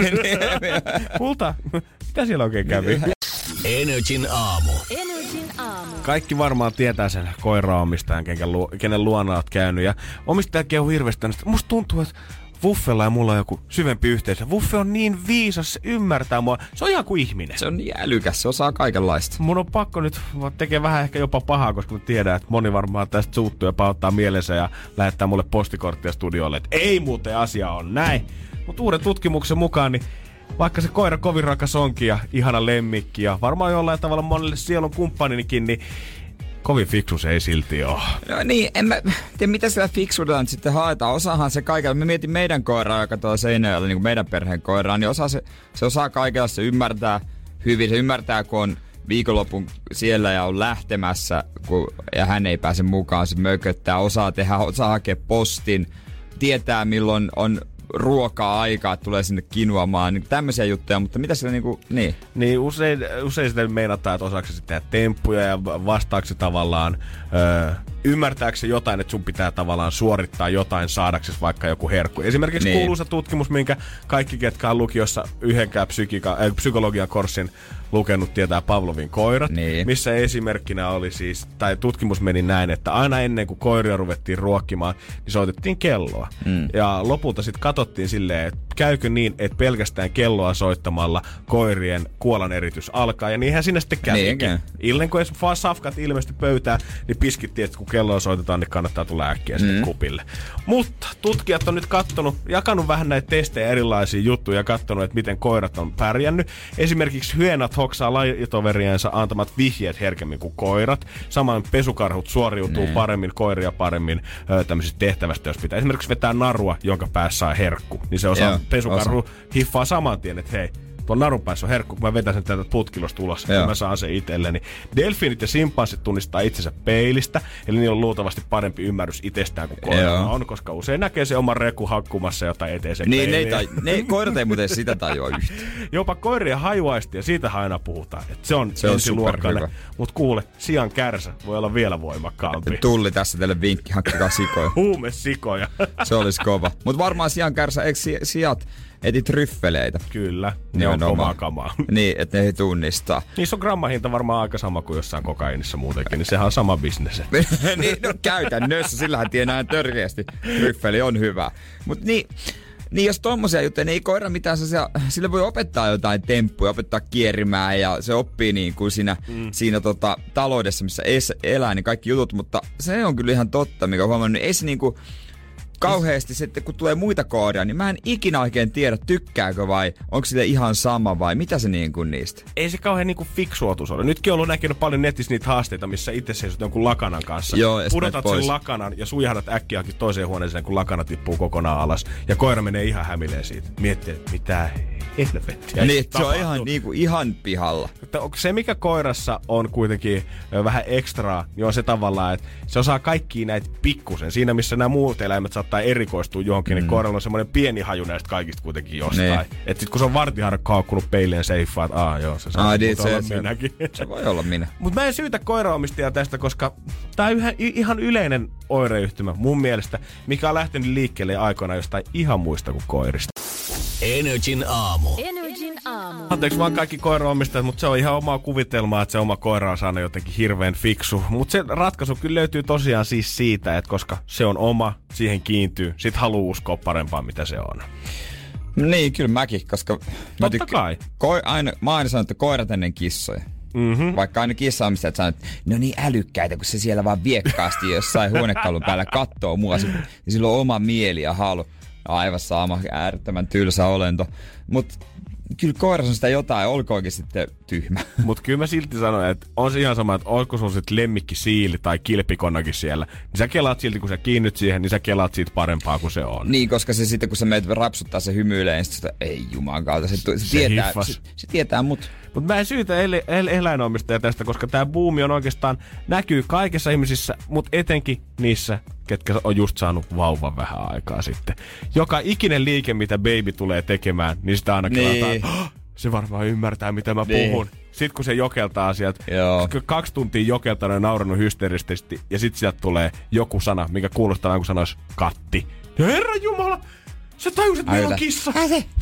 Kulta, mitä siellä oikein kävi? Energin aamu. Energin aamu. Kaikki varmaan tietää sen koiraomistajan, kenen luona oot käynyt. Ja omistaja kehu hirveästi, että musta tuntuu, että Wuffella ja mulla on joku syvempi yhteisö. Wuffe on niin viisas, se ymmärtää mua. Se on ihan kuin ihminen. Se on niin älykäs, se osaa kaikenlaista. Mun on pakko nyt tekee vähän ehkä jopa pahaa, koska mä tiedän, että moni varmaan tästä suuttuu ja pahoittaa mielensä ja lähettää mulle postikorttia studiolle, että ei muuten asia on näin. Mutta uuden tutkimuksen mukaan, niin vaikka se koira kovin rakas onkin ja ihana lemmikki ja varmaan jollain tavalla monelle sielun kumppaninikin, niin kovin fiksu se ei silti ole. No niin, en mä tiedä mitä sillä fiksuudella nyt sitten haetaan. Osahan se kaikella. Mä mietin meidän koiraa, joka tuolla Seinäjoella, niin kuin meidän perheen koiraa, niin osaa se, se osaa kaikella, se ymmärtää hyvin. Se ymmärtää, kun on viikonlopun siellä ja on lähtemässä, kun, ja hän ei pääse mukaan. Se mököttää, osaa tehdä, osaa hakea postin, tietää milloin on ruokaa aikaa, että tulee sinne kinuamaan, niin tämmöisiä juttuja, mutta mitä sillä niinku, niin? Niin usein, usein sitten meinataan, että osaako sitten tehdä temppuja ja vastaako tavallaan, öö, ymmärtääkö se jotain, että sun pitää tavallaan suorittaa jotain saadaksesi vaikka joku herkku. Esimerkiksi niin. Kuuluisa tutkimus, minkä kaikki, ketkä on lukiossa yhdenkään psykika, äh, psykologian kurssin lukenut, tietää Pavlovin koirat, niin. Missä esimerkkinä oli siis, tai tutkimus meni näin, että aina ennen kuin koiria ruvettiin ruokkimaan, niin soitettiin kelloa. Mm. Ja lopulta sitten katsottiin silleen, että käykö niin, että pelkästään kelloa soittamalla koirien kuolaneritys alkaa. Ja niinhän sinne sitten kävikin. Niin, illen kun edes vaan safkat ilmestyi pöytään, niin piskittiin, että kun kelloa soitetaan, niin kannattaa tulla äkkiä mm. sitten kupille. Mutta tutkijat on nyt kattonut, jakanut vähän näitä testejä, erilaisia juttuja ja kattonut, että miten koirat on pärjännyt. Esimerkiksi hyeenat hoksaa lajitoveriensa antamat vihjeet herkemmin kuin koirat. Samoin pesukarhut suoriutuu niin. paremmin, koiria paremmin ö, tämmöisistä tehtävästä, jos pitää esimerkiksi vetää narua, jonka päässä on herkku. Niin se osaa, Joo, pesukarhu osa. hiffaa saman tien, että hei, tuon narun päässä on herkku, kun mä vetän sen täältä putkilosta ulos, ja mä saan sen itselleni. Delfiinit ja simpanssit tunnistaa itsensä peilistä, eli niillä on luultavasti parempi ymmärrys itsestään kuin koiralla on, koska usein näkee se oman reku hakkumassa jotain eteiseen niin, peiliin. Ne, tai, ne koirat ei muuten sitä tajua yhtään. Jopa koirien hajuaisti, ja siitä aina puhutaan, että se on, se on ensiluokkainen. Mutta kuule, sian kärsä voi olla vielä voimakkaampi. Tulli tässä teille vinkki, hankkikaa sikoja. Huumesikoja. Se olisi kova. Mutta varmaan sian kärsä, eikö sijat eti tryffeleitä? Kyllä, ne on kovaa kamaa. Niin, että ne ei tunnistaa. Niissä on grammahinta varmaan aika sama kuin jossain kokainissa muutenkin, niin sehän on sama bisnes. Niin, no käytännössä, sillähän tienää törkeästi. Tryffeli on hyvä. Mut niin, Niin jos tommosia juttuja, niin ei koira mitään sellaisia, sille voi opettaa jotain temppuja, opettaa kierimään ja se oppii niin kuin siinä, mm. siinä tota, taloudessa, missä es, elää, niin kaikki jutut, mutta se on kyllä ihan totta, mikä on huomannut, niin ei se niinku kauheasti sitten, kun tulee muita koiria, niin mä en ikinä oikein tiedä, tykkääkö vai onko sille ihan sama vai mitä se niin kuin niistä. Ei se kauhean niin kuin fiksuotus ole. Nytkin on ollut näkynyt paljon netissä niitä haasteita, missä itse seisot jonkun lakanan kanssa. Joo, pudotat sen lakanan ja sujahdat äkkiä toiseen huoneeseen, kun lakana tippuu kokonaan alas. Ja koira menee ihan hämilleen siitä. Miettii, että mitä helvettiä. Niin, se on ihan, niin kuin, ihan pihalla. Se, mikä koirassa on kuitenkin vähän ekstraa, niin on se tavallaan, että se osaa kaikkia näitä pikkusen. Siinä, missä nämä muut eläimet saattaa erikoistua johonkin, mm. niin koiralla on semmoinen pieni haju näistä kaikista kuitenkin jostain. Niin. Että sit kun se on vartiharkka haukkunut peilleen seiffaa, että aah joo, se saa niin, olla se, minäkin. Se voi olla minä. Mut mä en syytä koiraomistajaa tästä, koska tää on yhä, ihan yleinen oireyhtymä mun mielestä, mikä on lähtenyt liikkeelle aikoinaan jostain ihan muista kuin koirista. Energin aamu. Energin aamu. Anteeksi vaan kaikki koiraomistajat, mutta se on ihan omaa kuvitelmaa, että se oma koira on saanut jotenkin hirveän fiksu. Mutta se ratkaisu kyllä löytyy tosiaan siis siitä, että koska se on oma, siihen kiintyy, sit haluaa uskoa parempaa, mitä se on. Niin, kyllä mäkin, koska mä Totta kai. Ko- aina, mä aina sanon, että koirat ennen kissoja. Mm-hmm. Vaikka aina kissaomistajat sanoo, että ne on niin älykkäitä, kun se siellä vaan viekkaasti jossain huonekalun päällä kattoo mua. Ja sillä on oma mieli ja halu. Aivan sama, äärettömän tylsä olento. Mut kyllä koirassa on sitä jotain, olkoonkin sitten tyhmä. Mut kyllä mä silti sanon, että on se ihan sama, että olisiko sun sit lemmikkisiili tai kilpikonnakin siellä. Niin sä kelaat silti, kun sä kiinnyt siihen, niin sä kelaat siitä parempaa kuin se on. Niin, koska se sitten, kun sä meet rapsuttaa se hymyilee, niin sitä, ei juman kautta, se, se, se, tietää, se, se tietää mut. Mutta mä en syytä el- el- eläinomistajia tästä, koska tää buumi on oikeastaan, näkyy kaikissa ihmisissä, mutta etenkin niissä, ketkä on just saanut vauvan vähän aikaa sitten. Joka ikinen liike, mitä baby tulee tekemään, niin sitä aina kelataan, niin. oh, se varmaan ymmärtää, mitä mä niin. puhun. Sitten kun se jokeltaa sieltä, kaksi tuntia jokeltanut ja naurannut hysteerisesti, ja sit sieltä tulee joku sana, mikä kuulostaa kuin sanois katti. Ja Herran Jumala, sä tajusit, että meillä on kissa.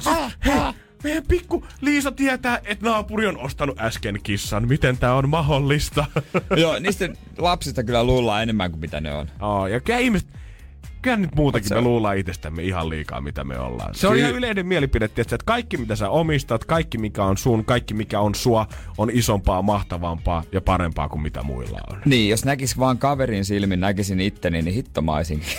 Hei, meidän pikku Liisa tietää, että naapuri on ostanut äsken kissan. Miten tää on mahdollista? Joo, niistä lapsista kyllä luullaan enemmän kuin mitä ne on. Oh, ja kyllä ihmiset, kyllä nyt muutakin me luullaan itsestämme ihan liikaa, mitä me ollaan. Se on ihan yleinen mielipide, että kaikki mitä sä omistat, kaikki mikä on sun, kaikki mikä on sua, on isompaa, mahtavampaa ja parempaa kuin mitä muilla on. Niin, jos näkis vaan kaverin silmin, näkisin itteni, niin hittomaisinkin.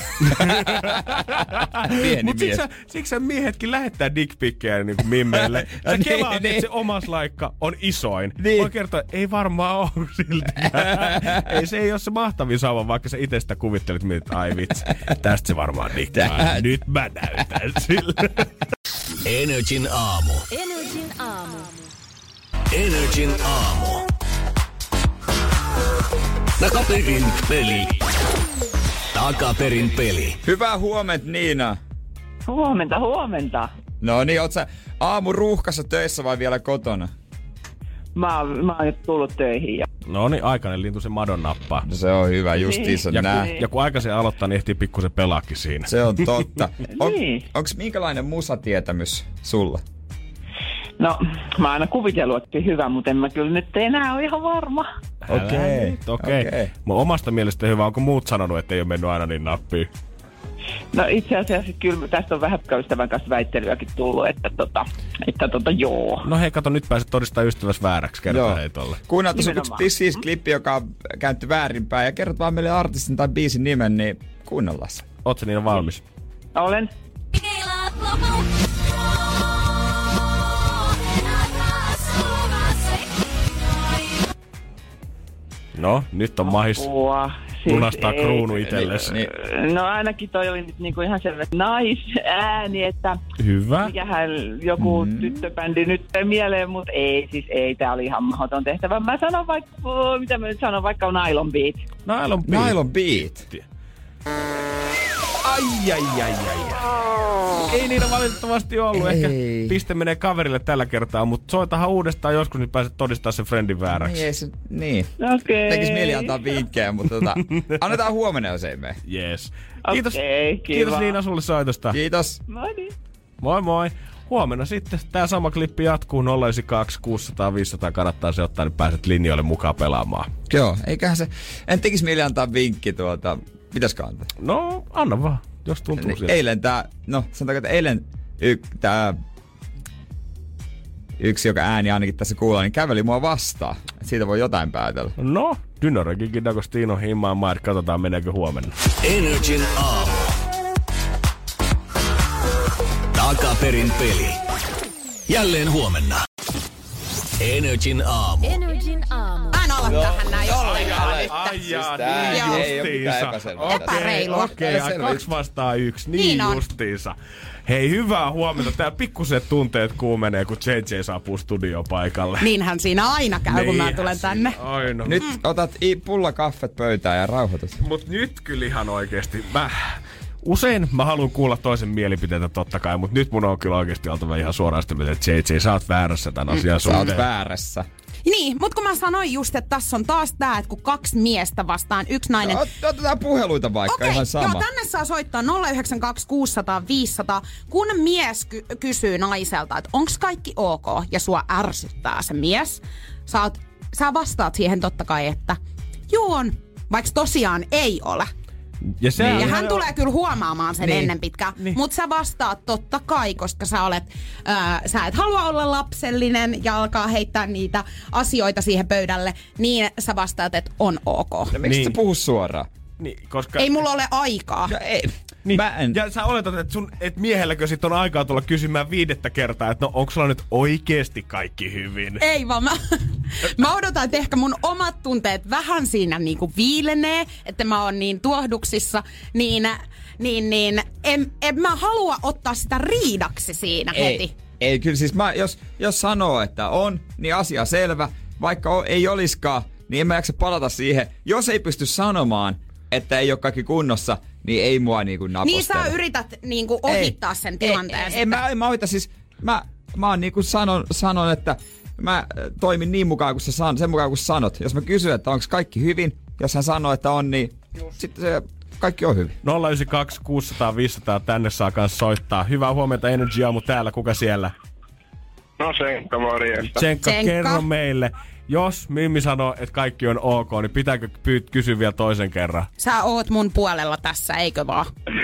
Pieni Mut mies. Mut siksi sä miehetkin lähettää dickpikkejä niinku mimmeille. Sä niin, kelaat, niin. että se omas laikka on isoin. Niin. Voi kertoa, ei varmaan oo siltikään. ei, se ei oo se mahtavin sauva, vaikka sä ite sitä kuvittelit, että ai vitsi. Tästä se varmaan dikkaa. Nyt mä näytän sille. Energin aamu. Energin aamu. Energin aamu. Takaperin peli. Takaperin peli. Hyvää huomenta, Niina. Huomenta, huomenta. No niin, oot sä aamu ruuhkassa töissä vai vielä kotona? Mä oon, mä oon nyt tullut töihin. Ja... No niin, aikainen lintu se madon nappaa. No se on hyvä, justiinsa niin. nää. Ja, ja kun aikaisen aloittaa, niin ehtii pikkusen pelaakin siinä. Se on totta. On, niin. Onks minkälainen musatietämys sulla? No, mä oon aina kuvitellut, että hyvä, mutta en mä kyllä nyt enää ole ihan varma. Okei, okay, okei. Okay. Okay. Mun omasta mielestä hyvä, onko muut sanonut, että ei ole mennyt aina niin nappiin? No itse asiassa kyllä tästä on vähän ystävän kanssa väittelyäkin tullut, että tota, että tota joo. No hei, kato, nyt pääset todistaa ystäväs vääräksi, kertaa hei tolle. Kuunnellaan tuossa yksi siis klippi, joka on käänty väärinpäin ja kerrot vaan meille artistin tai biisin nimen, niin kuunnellaan se. Oot sä niin valmis? Olen. No, nyt on mahis. Apua. Siis lunastaa ei, kruunu itsellesi. Niin, no ainakin toi oli nyt niinku ihan selvä naisääni, että hyvä. Mikähän joku mm. tyttöbändi nyt mieleen, mutta ei, siis ei, tää oli ihan mahdoton tehtävä. Mä sanon vaikka, mitä mä nyt sanon, vaikka Nylon Beat. Nylon Beat. Nylon Beat. Ai, ai, ai, ai. Ei niitä valitettavasti ollut. Ei. Ehkä piste menee kaverille tällä kertaa, mutta soitahan uudestaan joskus, niin pääset todistaa sen friendin vääräksi. Yes, niin. Okei. Okay. Tekis mieli antaa vinkkejä, mutta tota, annetaan huomenna, jos ei mene. Yes. Kiitos, okay, kiitos Niina sulle soitosta. Kiitos. Moi niin. Moi moi. Huomenna sitten tää sama klippi jatkuu nolla yhdeksän kaksi kuusisataa viisisataa, kannattaa se ottaa, niin pääset linjoille mukaan pelaamaan. Joo, eiköhän se, en tekis mieli antaa vinkki tuota, pitäisikö antaa? No, anna vaan, jos tuntuu sieltä. Eilen tää, no sanotaanko, että eilen y- tää yksi, joka ääni ainakin tässä kuulee, niin käveli mua vastaan. Et siitä voi jotain päätellä. No, Dynarogikin D'Agostino himmaan maat. Katsotaan, meneekö huomenna. Energin aamu. Takaperin peli. Jälleen huomenna. Energin aamu. Energin aamu. Mä en ala no, tähän näin ollenkaan nyt. Ai jaa, Siis niin ei ole mitään justiinsa. epäselvää. Epäreilua. Okei, okay, kaksi vastaan yksi. Niin, Niin on. justiinsa. Hei, hyvää huomenta. Täällä pikkuset tunteet kuumenee, kun J J saapuu studiopaikalle. Niinhän siinä aina käy, kun mä Niinhän tulen siinä tänne. aina. Nyt otat i- pulla kaffet pöytään ja rauhoitut. Mut nyt kyllä ihan oikeesti. Mä... Usein mä haluan kuulla toisen mielipiteitä totta kai, mutta nyt mun on kyllä oikeesti oltava ihan suoraan sitä mieltä, että J J, sä oot väärässä tämän asian Sä oot suhteen. väärässä. Niin, mutta kun mä sanoin just, että tässä on taas tää, että kun kaksi miestä vastaan yksi nainen. No, ot- otetaan puheluita vaikka, Okei, ihan sama. joo, tänne saa soittaa nolla yhdeksän kaksi kuusi nolla nolla viisi nolla nolla, kun mies ky- kysyy naiselta, että onks kaikki ok, ja sua ärsyttää se mies. Sä, oot, sä vastaat siihen totta kai, että juu on, vaikka tosiaan ei ole. Ja, se Ja on- hän tulee kyllä huomaamaan sen Niin. ennen pitkään. Niin. Mutta sä vastaat totta kai, koska sä olet, ää, sä et halua olla lapsellinen ja alkaa heittää niitä asioita siihen pöydälle, niin sä vastaat, että on ok. No, miksi Niin. sä puhu suoraan? Niin, koska... Ei mulla ole aikaa. No ei. Niin. Mä en. Ja sä oletat, että, sun, että miehelläkö sit on aikaa tulla kysymään viidettä kertaa, että no onko sulla nyt oikeesti kaikki hyvin? Ei vaan mä, mä odotan, että ehkä mun omat tunteet vähän siinä niinku viilenee, että mä oon niin tuohduksissa, niin, niin, niin en, en mä halua ottaa sitä riidaksi siinä Ei, heti. ei kyllä siis mä, jos, jos sanoo, että on, niin asia selvä. Vaikka o, ei oliskaan, niin en mä jaksa palata siihen. Jos ei pysty sanomaan, että ei ole kaikki kunnossa, niin ei mua niinku napostella. Niin sä yrität niinku ohittaa sen tilanteen. Ei, ei, sitten. ei, mä, en mä ohita, siis mä, mä oon niinku sanon, sanon, että mä toimin niin mukaan kuin sä sanot, sen mukaan kuin sanot. Jos mä kysyn, että onko kaikki hyvin, jos hän sanoo, että on, niin sitten se kaikki on hyvin. nolla yhdeksän kaksi kuusi nolla nolla viisi nolla nolla tänne saa kans soittaa. Hyvää huomenta, Energy Aamu täällä. Kuka siellä? No Senkka, morjesta. Tsenkka, Tsenkka. kerro meille. Jos Mimmi sanoo, että kaikki on ok, niin pitääkö pyyt kysyä vielä toisen kerran? Sä oot mun puolella tässä, eikö vaan?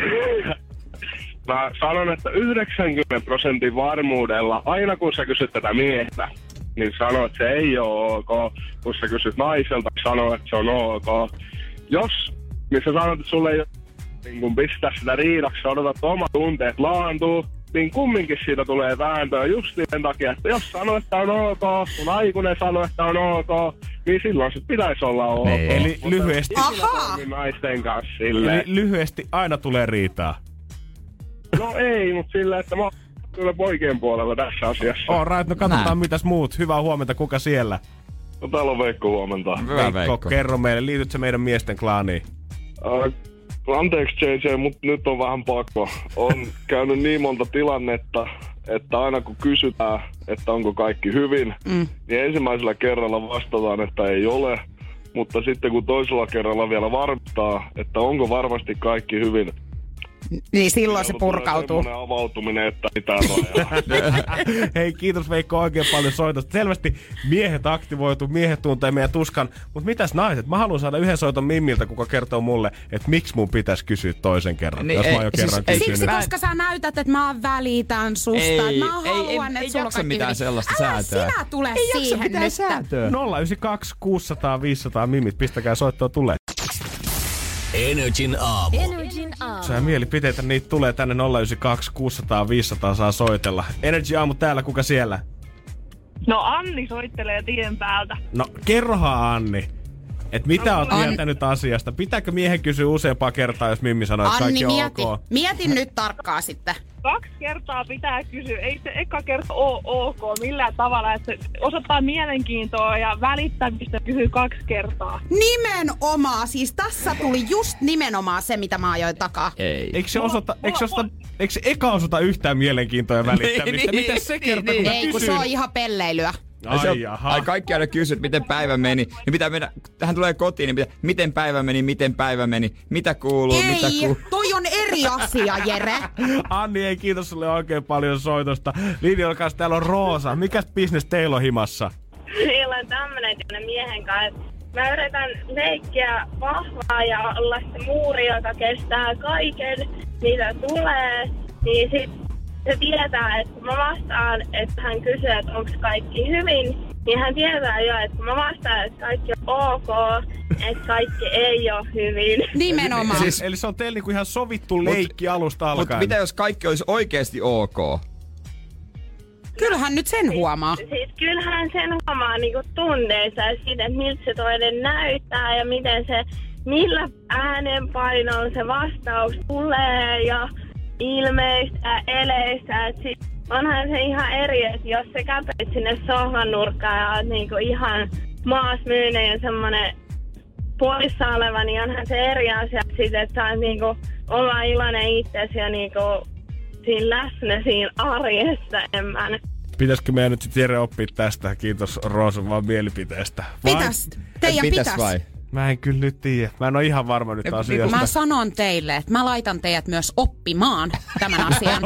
Mä sanon, että yhdeksänkymmentä prosentin varmuudella, aina kun sä kysyt tätä miestä, niin sano, että se ei ole ok. Kun sä kysyt naiselta, sano, että se on ok. Jos, niin sä sanot, että sulle ei ole niin kun pistää sitä riidaksi, sä odotat, että omat tunteet laantuu, niin kumminkin siitä tulee vääntöä just sen takia, että jos sanoo, että on ok, kun aikuinen sanoo, että on ok, niin silloin se pitäisi olla ok. Niin. Eli Mutta lyhyesti- ikinä Ahaa. toimin naisten kanssa silleen. Eli lyhyesti aina tulee riitaa. No ei, mutta silleen, että mä oon kyllä poikien puolella tässä asiassa. All right, no katsotaan Näin. mitäs muut. Hyvää huomenta, kuka siellä? No täällä on Veikko, huomenta. Hyvä Veikko. kerro meille, liityt sä meidän miesten klaaniin? Äh, anteeksi J J, mutta nyt on vähän pakko. On käynyt niin monta tilannetta, että aina kun kysytään, että onko kaikki hyvin, mm. niin ensimmäisellä kerralla vastataan, että ei ole. Mutta sitten kun toisella kerralla vielä varmistaa, että onko varmasti kaikki hyvin, Niin silloin se tulee purkautuu. semmoinen avautuminen, että mitään rajaa. Hei, kiitos Veikko oikein paljon soitosta. Selvästi miehet aktivoitu, miehet tuntee meidän tuskan. Mutta mitäs naiset? Mä haluan saada yhden soiton Mimmiltä, kuka kertoo mulle, että miksi mun pitäisi kysyä toisen kerran, Niin, jos mä ei, oon jo siis kerran ei- kysynyt. Siksi, Mä en- koska sä näytät, että mä välitän susta. Ei, että mä ei, haluan, ei, että ei sulla on jaksa kaikki mitään hyvin. sellaista Älä säätöä. sinä tule Ei jaksa siihen mitään nyt. säätöä. nolla yhdeksän kaksi kuusi nolla nolla viisi nolla nolla Mimmit, pistäkää soittoa tulee. Energin aamu. Energin aamu. Sä mielipiteitä, niitä tulee tänne nolla yhdeksän kaksi kuusi nolla nolla viisi nolla nolla saa soitella. Energy Aamu täällä, kuka siellä? No Anni soittelee tien päältä. No kerrohan Anni, että mitä oot An- mieltä nyt asiasta? Pitääkö miehen kysyä useampaa kertaa, jos Mimmi sanoo, että Anni, kaikki on mieti. ok? Mieti nyt tarkkaa sitten. Kaksi kertaa pitää kysyä. Ei se eka kerta ole ok millään tavalla, että se osoittaa mielenkiintoa ja välittämistä kysyy kaksi kertaa. Nimenomaan. Siis tässä tuli just nimenomaan se, mitä mä ajoin takaa. Ei. Eikö se, Mulla- osata, eikö, se mulla- osata, eikö se eka osoita yhtään mielenkiintoa ja välittämistä? Niin, Miten se niin, kerta, niin, kun mä Ei, kun se kysyn? on ihan pelleilyä. Ai, se on, Ai jaha. ai kaikki aina kysyt, miten päivä meni. Niin pitää mennä, tähän tulee kotiin, niin pitää, miten päivä meni, miten päivä meni, mitä kuuluu, mitä Ei, kuuluu. toi on eri asia, Jere. Anni, ei kiitos sulle oikein paljon soitosta. Linjalla kanssa täällä on Roosa. Mikäs bisnes teillä on himassa? Meillä on tämmönen tilanne miehen kanssa. Mä yritän leikkiä vahvaa ja olla se muuri, joka kestää kaiken, mitä tulee. Niin sit se tietää, että kun mä vastaan, että hän kysyy, että onko kaikki hyvin, niin hän tietää jo, että kun mä vastaan, että kaikki on ok, että kaikki ei ole hyvin. Nimenomaan. Siis, eli se on teillä niinku ihan sovittu leikki mut, alusta alkaen. Mutta mitä jos kaikki olisi oikeasti ok? Kyllähän nyt sen huomaa. Siis, siis kyllähän sen huomaa niinku tunteissa ja siitä, että miltä se toinen näyttää ja miten se, millä äänenpainolla se vastaus tulee ja ilmeistä ja eleistä. Et sit onhan se ihan eri, että jos se käpeit sinne sohvan nurkkaan ja oot niinku ihan maasmyynen ja semmonen poissa oleva, niin onhan se eri asia sit, että sä oot niinku olla iloinen itsesi ja niinku siinä läsnä siinä arjessa enemmän. Pitäisikö meidän nyt sit Jere oppia tästä? Kiitos Roosa vaan mielipiteestä. Vai? Pitäis. Teidän pitäis. pitäis. Vai? Mä en kyllä nyt tiedä. Mä en ole ihan varma nyt asiasta. Mä sanon teille, että mä laitan teidät myös oppimaan tämän asian.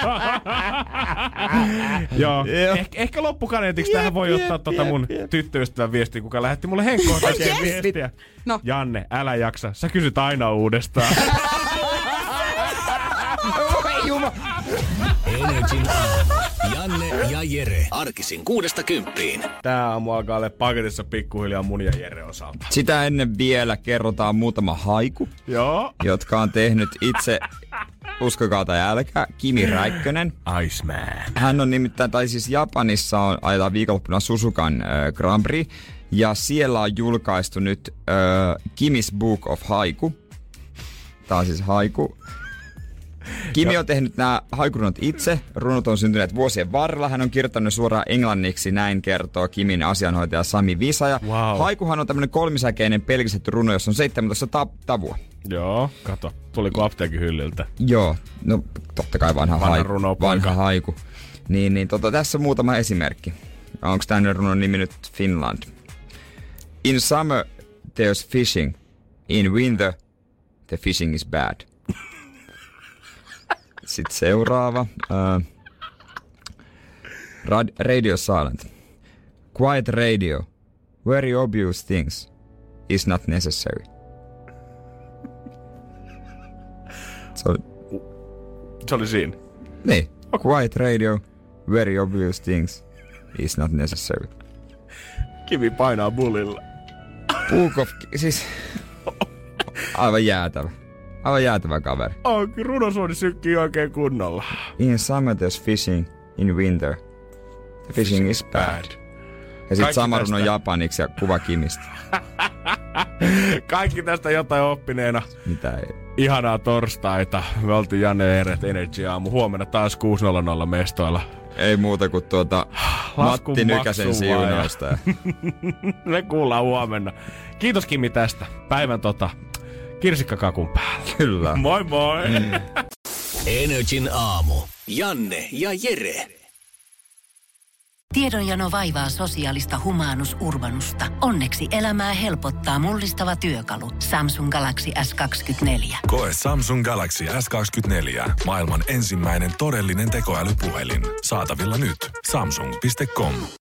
Joo. Eh, ehkä loppukaneetiksi tähän voi ottaa tota mun tyttöystävän viestiä, kuka lähetti mulle henkkohtaiseen viestiä. No. Janne, älä jaksa. Sä kysyt aina uudestaan. Energin aamu. Janne ja Jere. Arkisin kuudesta kymppiin. Tää aamu alkaa olla paketissa pikkuhiljaa mun ja Jere osalta. Sitä ennen vielä kerrotaan muutama haiku, Joo. jotka on tehnyt itse, uskokaa tai älkää, Kimi Räikkönen. Iceman. Hän on nimittäin, tai siis Japanissa on ajetaan viikonloppuna Suzukan äh, Grand Prix. Ja siellä on julkaistu nyt äh, Kimi's Book of Haiku. Tää on siis haiku. Kimi on tehnyt nämä haikurunot itse. Runot on syntyneet vuosien varrella. Hän on kirjoittanut suoraan englanniksi, näin kertoo Kimin asianhoitaja Sami Visaja. Wow. Haikuhan on tämmönen kolmisäkeinen pelkistetty runo, jossa on seitsemäntoista ta- tavua. Joo, kato. Tuliko apteekin hyllyltä? Joo, no totta kai vanha, vanha haiku. Runo, vanha haiku. Niin, niin tota, tässä muutama esimerkki. Onko tämän runon nimi nyt Finland? In summer there's fishing. In winter the fishing is bad. Sitten seuraava. Uh, rad- radio silent. Quiet radio. Very obvious things is not necessary. Se oli, Se oli siinä. niin. Quiet radio. Very obvious things is not necessary. Kimi painaa bullilla. Book of... Siis... Aivan jäätävä. Aivan jäätävä kaveri. On, runosuoni sykkii oikein kunnolla. In summer there's fishing, in winter the fishing is bad. Ja sit sama runo japaniksi ja kuva Kimistä. Kaikki tästä jotain oppineena. Mitä ei. Ihanaa torstaita. Me oltiin Janne ja Eret Energy aamu. Huomenna taas kuusi nolla nolla mestoilla. Ei muuta kuin tuota Matti Nykäsen siunausta. Me kuullaan huomenna. Kiitos Kimi tästä. Päivän tota kirsikkakakun päällä. Kyllä. Moi moi. Mm. Energin aamu. Janne ja Jere. Tiedonjano vaivaa sosiaalista humanus urbanusta. Onneksi elämää helpottaa mullistava työkalu. Samsung Galaxy S kaksikymmentäneljä. Koe Samsung Galaxy S kaksikymmentäneljä. Maailman ensimmäinen todellinen tekoälypuhelin. Saatavilla nyt. Samsung piste com.